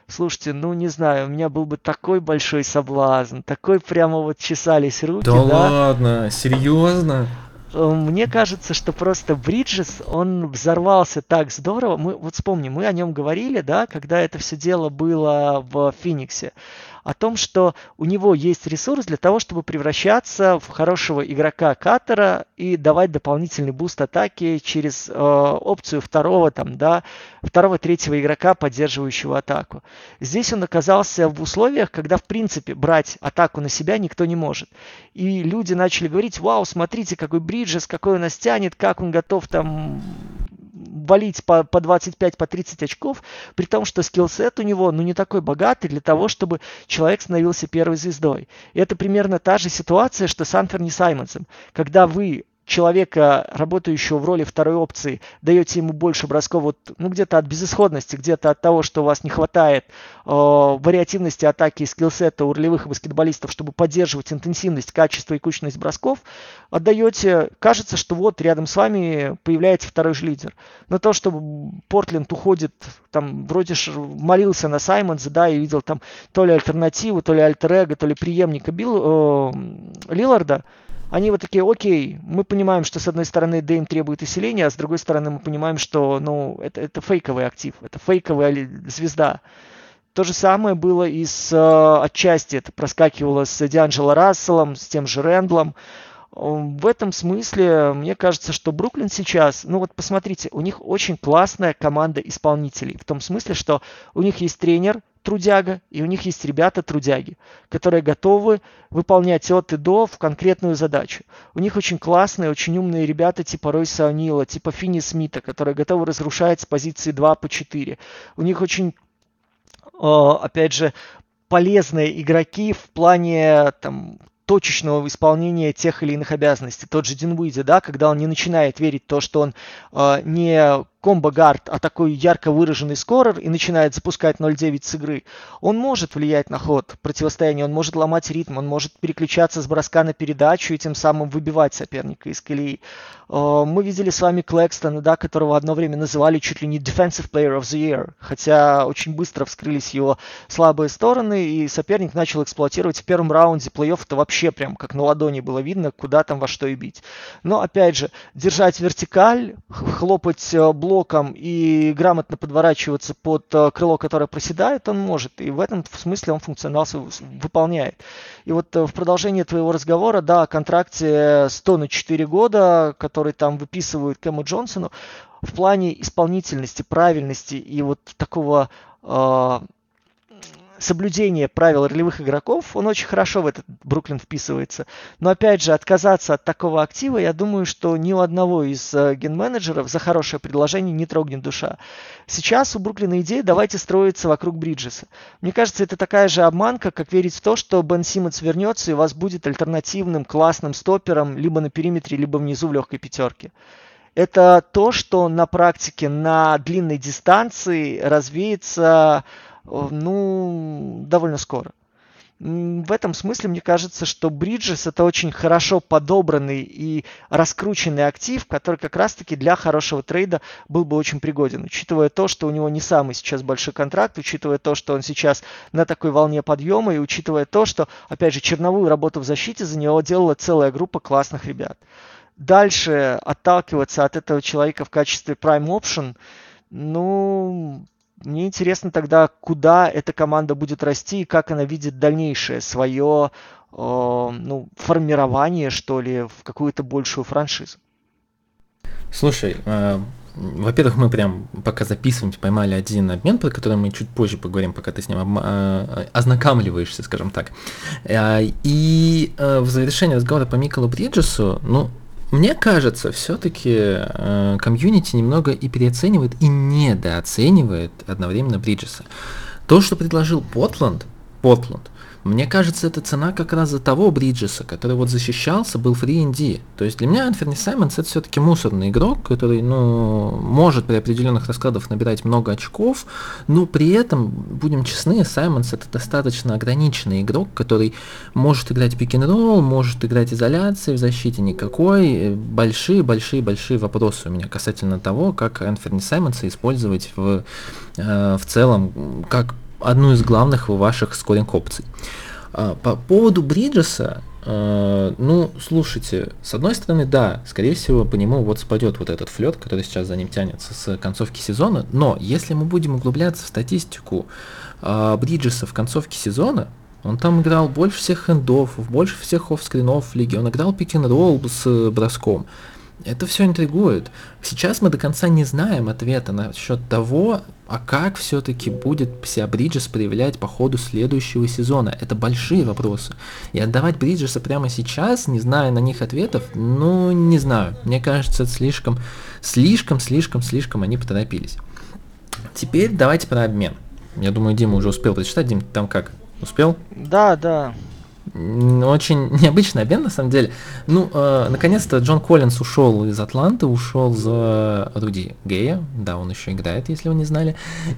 [SPEAKER 1] Слушайте, ну не знаю, у меня был бы такой большой соблазн, такой прямо вот чесались
[SPEAKER 2] Да
[SPEAKER 1] руки, да.
[SPEAKER 2] ладно, серьезно?
[SPEAKER 1] Мне кажется, что просто Бриджес, он взорвался так здорово. Мы, вот вспомни, мы о нем говорили, да, когда это все дело было в Фениксе, о том, что у него есть ресурс для того, чтобы превращаться в хорошего игрока каттера и давать дополнительный буст атаки через опцию второго, там, да, второго-третьего игрока, поддерживающего атаку. Здесь он оказался в условиях, когда, в принципе, брать атаку на себя никто не может. И люди начали говорить: вау, смотрите, какой Бриджес, какой он нас тянет, как он готов там валить по 25, по 30 очков, при том, что скиллсет у него, ну, не такой богатый для того, чтобы человек становился первой звездой. И это примерно та же ситуация, что с Антони Саймонсом. Когда вы человека, работающего в роли второй опции, даете ему больше бросков, вот, ну, где-то от безысходности, где-то от того, что у вас не хватает вариативности атаки и скиллсета у ролевых и баскетболистов, чтобы поддерживать интенсивность, качество и кучность бросков, отдаете, кажется, что вот рядом с вами появляется второй же лидер. Но то, что Портленд уходит, там, вроде молился на Саймонса, да, и видел там то ли альтернативу, то ли альтер-эго, то ли преемника Лилларда, они вот такие: окей, мы понимаем, что с одной стороны Дэйм требует усиления, а с другой стороны мы понимаем, что, ну, это фейковый актив, это фейковая звезда. То же самое было и отчасти это проскакивало с Дианджело Расселом, с тем же Рэндлом. В этом смысле, мне кажется, что Бруклин сейчас, ну вот посмотрите, у них очень классная команда исполнителей. В том смысле, что у них есть тренер трудяга, и у них есть ребята трудяги, которые готовы выполнять от и до в конкретную задачу. У них очень классные, очень умные ребята типа Ройса О'Нила, типа Финни Смита, которые готовы разрушать с позиции 2 по 4. У них очень, опять же, полезные игроки в плане там точечного исполнения тех или иных обязанностей. Тот же Динвиди, да, когда он не начинает верить в то, что он не комбо-гард, а такой ярко выраженный скорер и начинает запускать 0-9 с игры, он может влиять на ход противостояния, он может ломать ритм, он может переключаться с броска на передачу и тем самым выбивать соперника из колеи. Мы видели с вами Клэкстона, да, которого одно время называли чуть ли не Defensive Player of the Year, хотя очень быстро вскрылись его слабые стороны, и соперник начал эксплуатировать в первом раунде плей-офф. Это вообще прям как на ладони было видно, куда там во что и бить. Но опять же, держать вертикаль, хлопать блоком и грамотно подворачиваться под крыло, которое проседает, он может. И в этом смысле он функционал выполняет. И вот в продолжение твоего разговора, да, о контракте 100 на 4 года, который там выписывают Кэму Джонсону, в плане исполнительности, правильности и вот такого соблюдения правил ролевых игроков, он очень хорошо в этот Бруклин вписывается. Но опять же, отказаться от такого актива, я думаю, что ни у одного из ген-менеджеров за хорошее предложение не трогнет душа. Сейчас у Бруклина идея: давайте строиться вокруг Бриджеса. Мне кажется, это такая же обманка, как верить в то, что Бен Симмонс вернется и у вас будет альтернативным классным стопером либо на периметре, либо внизу в легкой пятерке. Это то, что на практике на длинной дистанции развеется, ну, довольно скоро. В этом смысле мне кажется, что Бриджес — это очень хорошо подобранный и раскрученный актив, который как раз-таки для хорошего трейда был бы очень пригоден. Учитывая то, что у него не самый сейчас большой контракт, учитывая то, что он сейчас на такой волне подъема, и учитывая то, что, опять же, черновую работу в защите за него делала целая группа классных ребят. Дальше отталкиваться от этого человека в качестве prime option, ну, мне интересно тогда, куда эта команда будет расти и как она видит дальнейшее свое формирование, что ли, в какую-то большую франшизу.
[SPEAKER 2] Слушай, во-первых, мы прям пока записываем, поймали один обмен, про который мы чуть позже поговорим, пока ты с ним ознакомливаешься, скажем так. И в завершении разговора по Микалу Бриджесу, ну, мне кажется, все-таки комьюнити немного и переоценивает, и недооценивает одновременно Бриджеса. То, что предложил Портленд, мне кажется, это цена как раз за того Бриджеса, который вот защищался, был free and D. То есть для меня Антони Саймонс — это все-таки мусорный игрок, который, ну, может при определенных раскладах набирать много очков, но при этом, будем честны, Саймонс — это достаточно ограниченный игрок, который может играть пик-н-ролл, может играть изоляции в защите никакой. Большие вопросы у меня касательно того, как Антони Саймонса использовать в целом, как одну из главных ваших скоринг опций. По поводу Бриджеса, ну, слушайте, с одной стороны, да, скорее всего, по нему вот спадет вот этот флёр, который сейчас за ним тянется с концовки сезона, но если мы будем углубляться в статистику Бриджеса в концовке сезона, он там играл больше всех хендов, больше всех оффскринов в лиге, он играл пик-н-ролл с броском. Это все интригует. Сейчас мы до конца не знаем ответа насчет того, а как все-таки будет себя Бриджес проявлять по ходу следующего сезона. Это большие вопросы. И отдавать Бриджеса прямо сейчас, не зная на них ответов, ну, не знаю. Мне кажется, это слишком они поторопились. Теперь давайте про обмен. Я думаю, Дима уже успел прочитать. Дим, там как? Успел?
[SPEAKER 1] Да.
[SPEAKER 2] Очень необычный обмен, на самом деле. Ну, наконец-то Джон Коллинс ушел из Атланты, ушел за Руди Гея. Да, он еще играет, если вы не знали.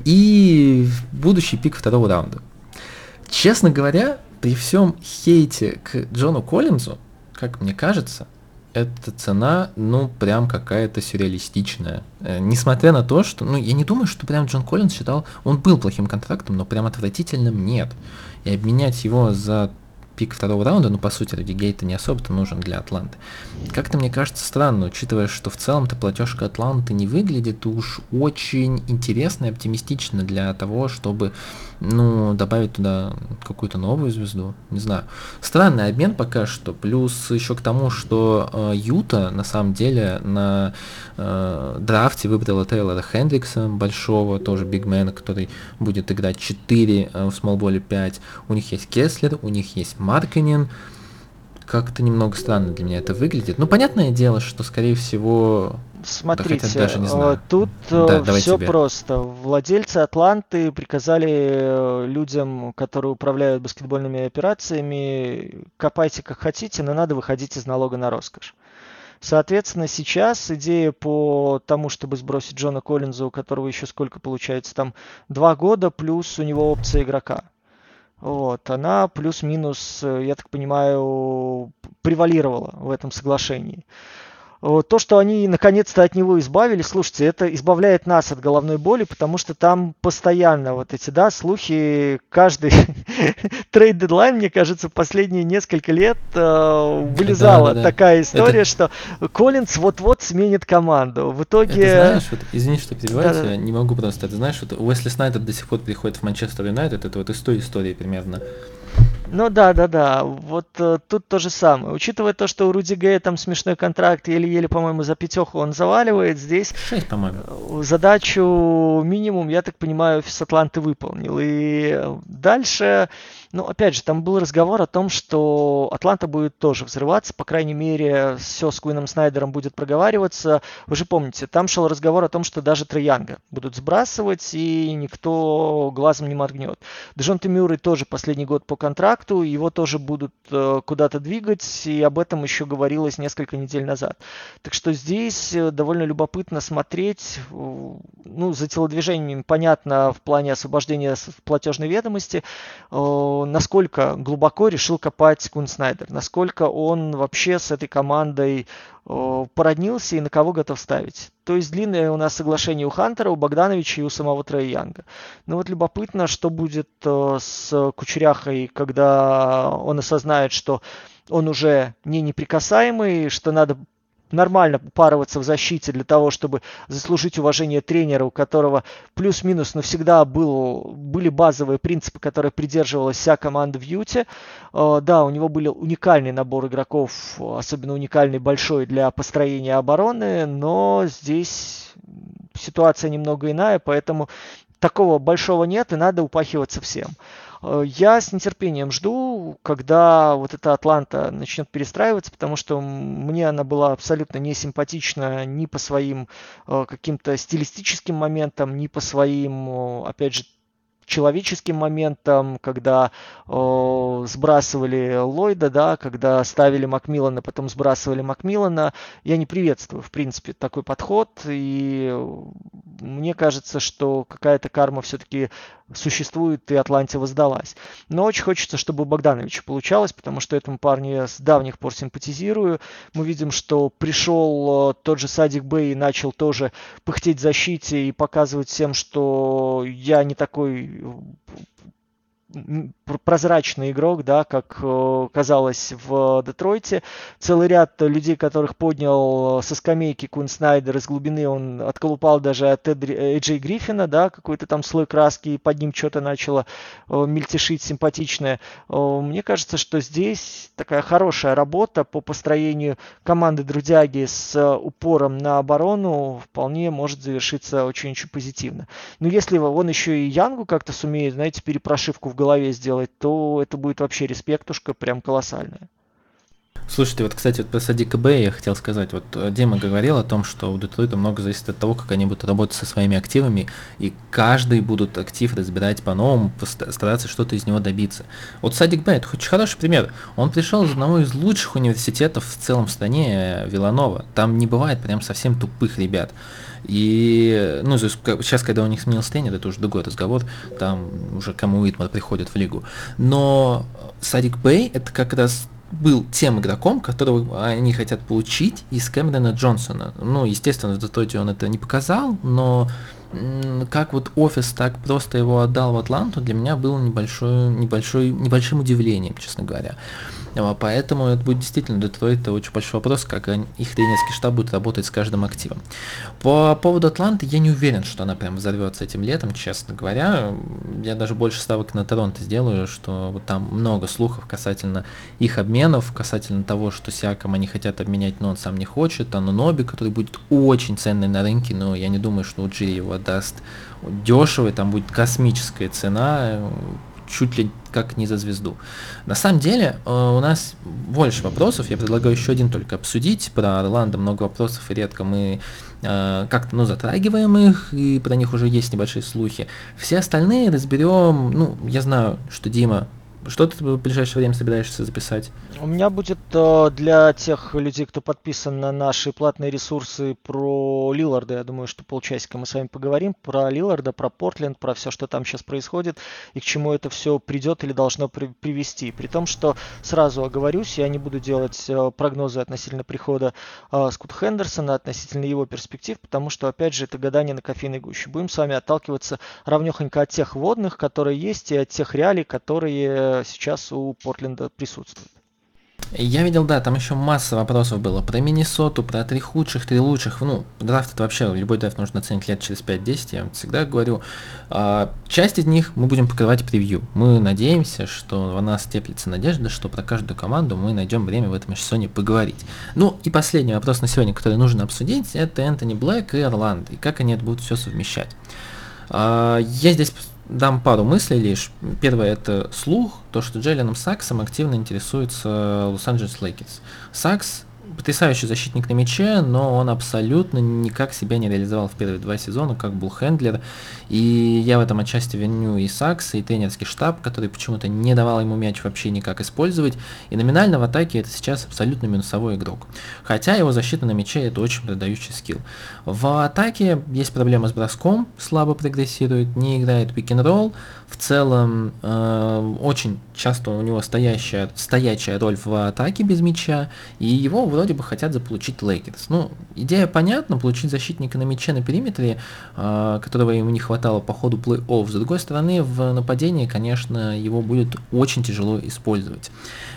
[SPEAKER 2] И будущий пик второго раунда. Честно говоря, при всем хейте к Джону Коллинзу, как мне кажется, эта цена, ну, прям какая-то сюрреалистичная. Несмотря на то, что, ну, я не думаю, что прям Джон Коллинз считал, он был плохим контрактом, но прям отвратительным нет. И обменять его за пик второго раунда, ну, по сути, Руди Гей-то не особо-то нужен для Атланты. Как-то, мне кажется, странно, учитывая, что в целом-то платежка Атланты не выглядит уж очень интересно и оптимистично для того, чтобы, ну, добавить туда какую-то новую звезду. Не знаю. Странный обмен пока что. Плюс еще к тому, что Юта, на самом деле, на драфте выбрала Тейлора Хендрикса, большого, тоже бигмена, который будет играть 4 в смолболе 5. У них есть Кеслер, у них есть Маркканен. Как-то немного странно для меня это выглядит. Ну, понятное дело, что, скорее всего...
[SPEAKER 1] Смотрите,
[SPEAKER 2] да, даже не знаю.
[SPEAKER 1] тут
[SPEAKER 2] Да,
[SPEAKER 1] все просто. Владельцы Атланты приказали людям, которые управляют баскетбольными операциями, копайте как хотите, но надо выходить из налога на роскошь. Соответственно, сейчас идея по тому, чтобы сбросить Джона Коллинза, у которого еще сколько получается, там 2 года, плюс у него опция игрока. Вот, она плюс-минус, я так понимаю, превалировала в этом соглашении. То, что они наконец-то от него избавились, слушайте, это избавляет нас от головной боли, потому что там постоянно вот эти, да, слухи, каждый трейд-дедлайн, мне кажется, в последние несколько лет вылезала такая история, что Коллинз вот-вот сменит команду. В итоге...
[SPEAKER 2] Это знаешь, вот, извини, что перебиваю тебя, не могу просто, ты знаешь, вот Уэсли Снайдер до сих пор приходит в Манчестер Юнайтед, это вот из той истории примерно.
[SPEAKER 1] Ну да. Вот тут то же самое. Учитывая то, что у Руди Гея там смешной контракт, еле-еле, по-моему, за 5 он заваливает, здесь
[SPEAKER 2] 6, по-моему.
[SPEAKER 1] Задачу минимум, я так понимаю, с Атланты выполнил. И дальше, ну, опять же, там был разговор о том, что Атланта будет тоже взрываться, по крайней мере, все с Куином Снайдером будет проговариваться. Вы же помните, там шел разговор о том, что даже Трей Янга будут сбрасывать, и никто глазом не моргнет. Дежонте Мюррей тоже последний год по контракту, его тоже будут куда-то двигать, и об этом еще говорилось несколько недель назад. Так что здесь довольно любопытно смотреть, ну, за телодвижениями, понятно, в плане освобождения платежной ведомости, насколько глубоко решил копать Кун Снайдер, насколько он вообще с этой командой породнился и на кого готов ставить. То есть длинное у нас соглашение у Хантера, у Богдановича и у самого Трея Янга. Ну вот любопытно, что будет с Кучеряхой, когда он осознает, что он уже не неприкасаемый, что надо нормально упарываться в защите для того, чтобы заслужить уважение тренера, у которого плюс-минус навсегда были базовые принципы, которые придерживалась вся команда в Юте. Да, у него был уникальный набор игроков, особенно уникальный большой для построения обороны, но здесь ситуация немного иная, поэтому такого большого нет и надо упахиваться всем. Я с нетерпением жду, когда вот эта Атланта начнет перестраиваться, потому что мне она была абсолютно не симпатична ни по своим каким-то стилистическим моментам, ни по своим, опять же, человеческим моментом, когда сбрасывали Ллойда, да, когда ставили Макмиллана, потом сбрасывали Макмиллана. Я не приветствую, в принципе, такой подход, и мне кажется, что какая-то карма все-таки существует и Атланте воздалась. Но очень хочется, чтобы у Богдановича получалось, потому что этому парню я с давних пор симпатизирую. Мы видим, что пришел тот же Садик Бey и начал тоже пыхтеть в защите и показывать всем, что я не такой прозрачный игрок, да, как казалось в Детройте. Целый ряд людей, которых поднял со скамейки Кун Снайдер из глубины, он отколупал даже от Эйджей Гриффина, да, какой-то там слой краски, и под ним что-то начало мельтешить симпатичное. Мне кажется, что здесь такая хорошая работа по построению команды Друдяги с упором на оборону вполне может завершиться очень-очень позитивно. Но если он еще и Янгу как-то сумеет, знаете, перепрошивку в голове сделать, то это будет вообще респектушка прям колоссальная.
[SPEAKER 2] Слушайте, вот, кстати, вот про Садика Бэя я хотел сказать. Вот Дима говорил о том, что у Детройта много зависит от того, как они будут работать со своими активами, и каждый будут актив разбирать по-новому, стараться что-то из него добиться. Вот Садик Бэй — это очень хороший пример. Он пришел из одного из лучших университетов в целом в стране, Виланова. Там не бывает прям совсем тупых ребят. И, ну, сейчас, когда у них сменился тренер, это уже другой разговор, там уже Кэму Уитмар приходит в лигу. Но Садик Бэй — это как раз был тем игроком, которого они хотят получить из Кэмерона Джонсона. Ну, естественно, в Детройте он это не показал, но как вот офис так просто его отдал в Атланту, для меня было небольшим удивлением, честно говоря. Поэтому это будет действительно Детройт, это очень большой вопрос, как их тренерский штаб будет работать с каждым активом. По поводу Атланты, я не уверен, что она прям взорвется этим летом, честно говоря. Я даже больше ставок на Торонто сделаю, что вот там много слухов касательно их обменов, касательно того, что Сиакам они хотят обменять, но он сам не хочет. Ануноби, который будет очень ценный на рынке, но я не думаю, что Уджи его отдаст дешево, там будет космическая цена, чуть ли как не за звезду. На самом деле, у нас больше вопросов, я предлагаю еще один только обсудить. Про Орландо много вопросов, и редко мы как-то, затрагиваем их, и про них уже есть небольшие слухи. Все остальные разберем, я знаю, что Дима, что ты в ближайшее время собираешься записать?
[SPEAKER 1] У меня будет для тех людей, кто подписан на наши платные ресурсы, про Лилларда. Я думаю, что полчасика мы с вами поговорим про Лилларда, про Портленд, про все, что там сейчас происходит и к чему это все придет или должно привести. При том, что сразу оговорюсь, я не буду делать прогнозы относительно прихода Скотта Хендерсона, относительно его перспектив, потому что, опять же, это гадание на кофейной гуще. Будем с вами отталкиваться равнехонько от тех вводных, которые есть, и от тех реалий, которые сейчас у Портленда присутствуют.
[SPEAKER 2] Я видел, да, там еще масса вопросов было про Миннесоту, про 3 худших, 3 лучших. Драфт — это вообще, любой драфт нужно оценить лет через 5-10, я вам всегда говорю. Часть из них мы будем покрывать превью. Мы надеемся, что у нас теплится надежда, что про каждую команду мы найдем время в этом сезоне поговорить. И последний вопрос на сегодня, который нужно обсудить, это Энтони Блэк и Орландо, и как они это будут все совмещать. Я здесь дам пару мыслей лишь. Первое — это слух, то, что Джейленом Саксом активно интересуется Лос-Анджелес Лейкерс. Сакс потрясающий защитник на мяче, но он абсолютно никак себя не реализовал в первые 2 сезона как буллхендлер. И я в этом отчасти виню и Сакса, и тренерский штаб, который почему-то не давал ему мяч вообще никак использовать. И номинально в атаке это сейчас абсолютно минусовой игрок. Хотя его защита на мяче — это очень продающий скилл. В атаке есть проблема с броском, слабо прогрессирует, не играет пик-н-ролл. В целом очень часто у него стоячая роль в атаке без мяча, и его вроде бы хотят заполучить Лейкерс. Идея понятна, получить защитника на мяче на периметре, которого ему не хватало по ходу плей-офф. С другой стороны, в нападении, конечно, его будет очень тяжело использовать.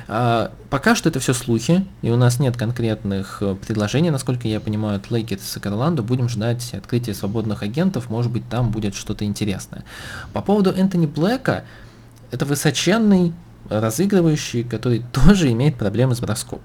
[SPEAKER 2] Пока что это все слухи, и у нас нет конкретных предложений, насколько я понимаю, от Лейкерс и Орландо. Будем ждать открытия свободных агентов, может быть, там будет что-то интересное. По поводу Энтони Блэка, это высоченный разыгрывающий, который тоже имеет проблемы с броском.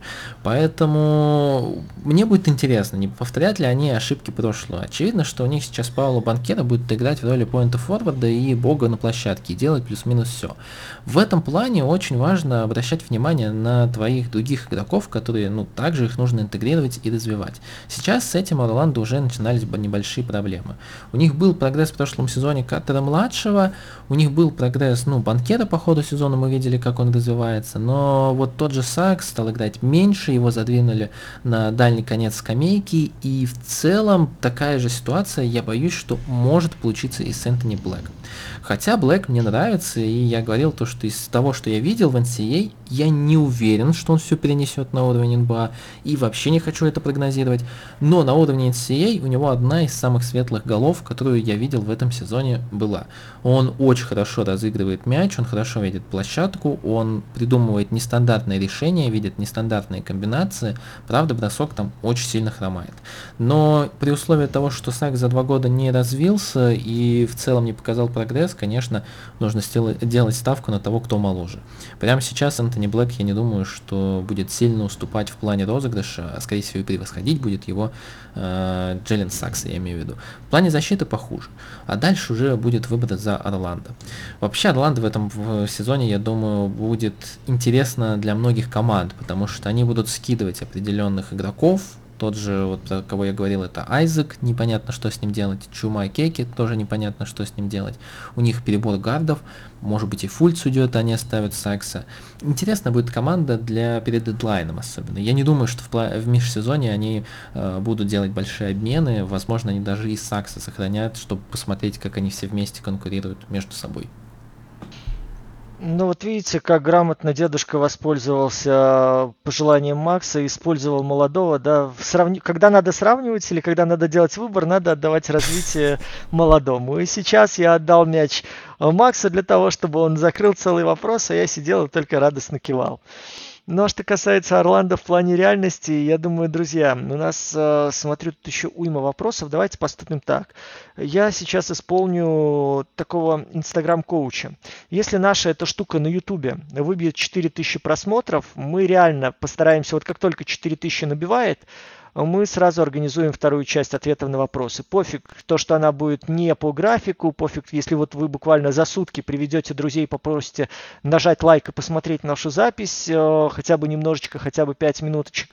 [SPEAKER 2] Поэтому мне будет интересно, не повторят ли они ошибки прошлого. Очевидно, что у них сейчас Пауло Банкера будет играть в роли поинта-форварда и бога на площадке, и делать плюс-минус все. В этом плане очень важно обращать внимание на твоих других игроков, которые, также их нужно интегрировать и развивать. Сейчас с этим Орландо уже начинались небольшие проблемы. У них был прогресс в прошлом сезоне Картера-младшего, у них был прогресс, Банкера по ходу сезона мы видели, как он развивается, но вот тот же Сакс стал играть меньше, его задвинули на дальний конец скамейки, и в целом такая же ситуация, я боюсь, что может получиться и с Энтони Блэком. Хотя Блэк мне нравится, и я говорил то, что из того, что я видел в NCAA, я не уверен, что он все перенесет на уровень НБА, и вообще не хочу это прогнозировать, но на уровне NCAA у него одна из самых светлых голов, которую я видел в этом сезоне, была. Он очень хорошо разыгрывает мяч, он хорошо видит площадку, он придумывает нестандартные решения, видит нестандартные комбинации, правда, бросок там очень сильно хромает. Но при условии того, что Сакс за 2 года не развился и в целом не показал прогресс, конечно, нужно делать ставку на того, кто моложе. Прямо сейчас Энтони Блэк, я не думаю, что будет сильно уступать в плане розыгрыша, а скорее всего и превосходить будет его Джейлен Сакс, я имею в виду. В плане защиты похуже. А дальше уже будет выбор за Орландо. Вообще Орландо в этом сезоне, я думаю, будет интересно для многих команд, потому что они будут скидывать определенных игроков. Тот же, вот про кого я говорил, это Айзек, непонятно, что с ним делать. Чума и Кейки, тоже непонятно, что с ним делать. У них перебор гардов, может быть и Фульц уйдет, они оставят Сакса. Интересна будет команда перед дедлайном особенно. Я не думаю, что в межсезонье они будут делать большие обмены. Возможно, они даже и Сакса сохранят, чтобы посмотреть, как они все вместе конкурируют между собой.
[SPEAKER 1] Ну вот видите, как грамотно дедушка воспользовался пожеланием Макса, использовал молодого, да, когда надо сравнивать или когда надо делать выбор, надо отдавать развитие молодому. И сейчас я отдал мяч Максу для того, чтобы он закрыл целый вопрос, а я сидел и только радостно кивал. Ну, а что касается Орландо в плане реальности, я думаю, друзья, у нас, смотрю, тут еще уйма вопросов. Давайте поступим так. Я сейчас исполню такого инстаграм-коуча. Если наша эта штука на ютубе выбьет 4000 просмотров, мы реально постараемся, вот как только 4000 набивает, мы сразу организуем вторую часть ответов на вопросы. Пофиг то, что она будет не по графику, пофиг, если вот вы буквально за сутки приведете друзей, попросите нажать лайк и посмотреть нашу запись, хотя бы немножечко, хотя бы 5 минуточек,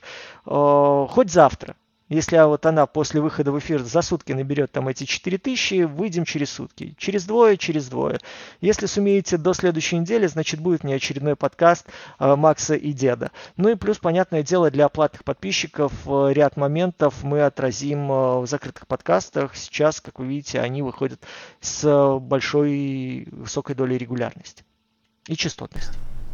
[SPEAKER 1] хоть завтра. Если вот она после выхода в эфир за сутки наберет там эти 4000, выйдем через сутки. Через двое. Если сумеете до следующей недели, значит будет мне очередной подкаст Макса и Деда. Ну и плюс, понятное дело, для платных подписчиков ряд моментов мы отразим в закрытых подкастах. Сейчас, как вы видите, они выходят с высокой долей регулярности и частотности.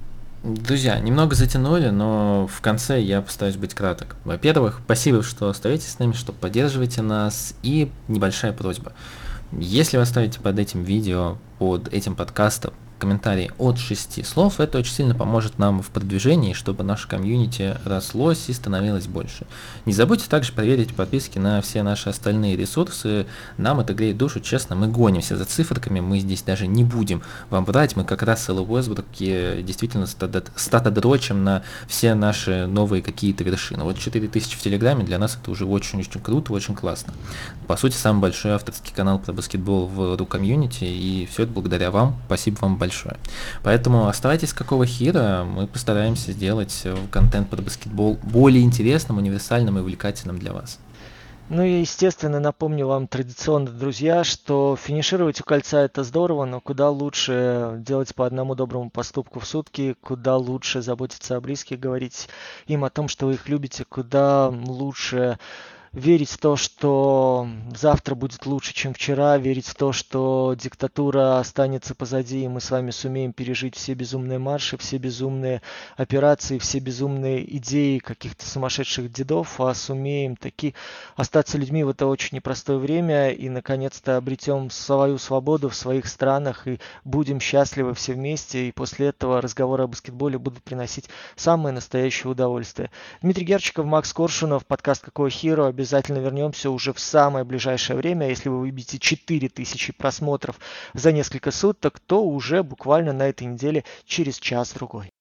[SPEAKER 2] Друзья, немного затянули, но в конце я постараюсь быть краток. Во-первых, спасибо, что остаетесь с нами, что поддерживаете нас, и небольшая просьба. Если вы оставите под этим видео, под этим подкастом комментарий от 6 слов, это очень сильно поможет нам в продвижении, чтобы наше комьюнити рослось и становилось больше. Не забудьте также проверить подписки на все наши остальные ресурсы. Нам это греет душу, честно, мы гонимся за циферками, мы здесь даже не будем вам брать, мы как раз Элла Уэсбруки действительно статодрочим на все наши новые какие-то вершины. Вот 4000 в Телеграме для нас это уже очень-очень круто, очень классно. По сути, самый большой авторский канал про баскетбол в ру-комьюнити, и все это благодаря вам. Спасибо вам большое. Поэтому оставайтесь какого хера, мы постараемся сделать контент про баскетбол более интересным, универсальным и увлекательным для вас.
[SPEAKER 1] Ну и, естественно, напомню вам традиционно, друзья, что финишировать у кольца это здорово, но куда лучше делать по одному доброму поступку в сутки, куда лучше заботиться о близких, говорить им о том, что вы их любите, куда лучше верить в то, что завтра будет лучше, чем вчера, верить в то, что диктатура останется позади, и мы с вами сумеем пережить все безумные марши, все безумные операции, все безумные идеи каких-то сумасшедших дедов, а сумеем таки остаться людьми в это очень непростое время и, наконец-то, обретем свою свободу в своих странах и будем счастливы все вместе, и после этого разговоры о баскетболе будут приносить самое настоящее удовольствие. Дмитрий Герчиков, Макс Коршунов, подкаст «Какой Хиро». Обязательно вернемся уже в самое ближайшее время. Если вы выбьете 4000 просмотров за несколько суток, то уже буквально на этой неделе через час-другой.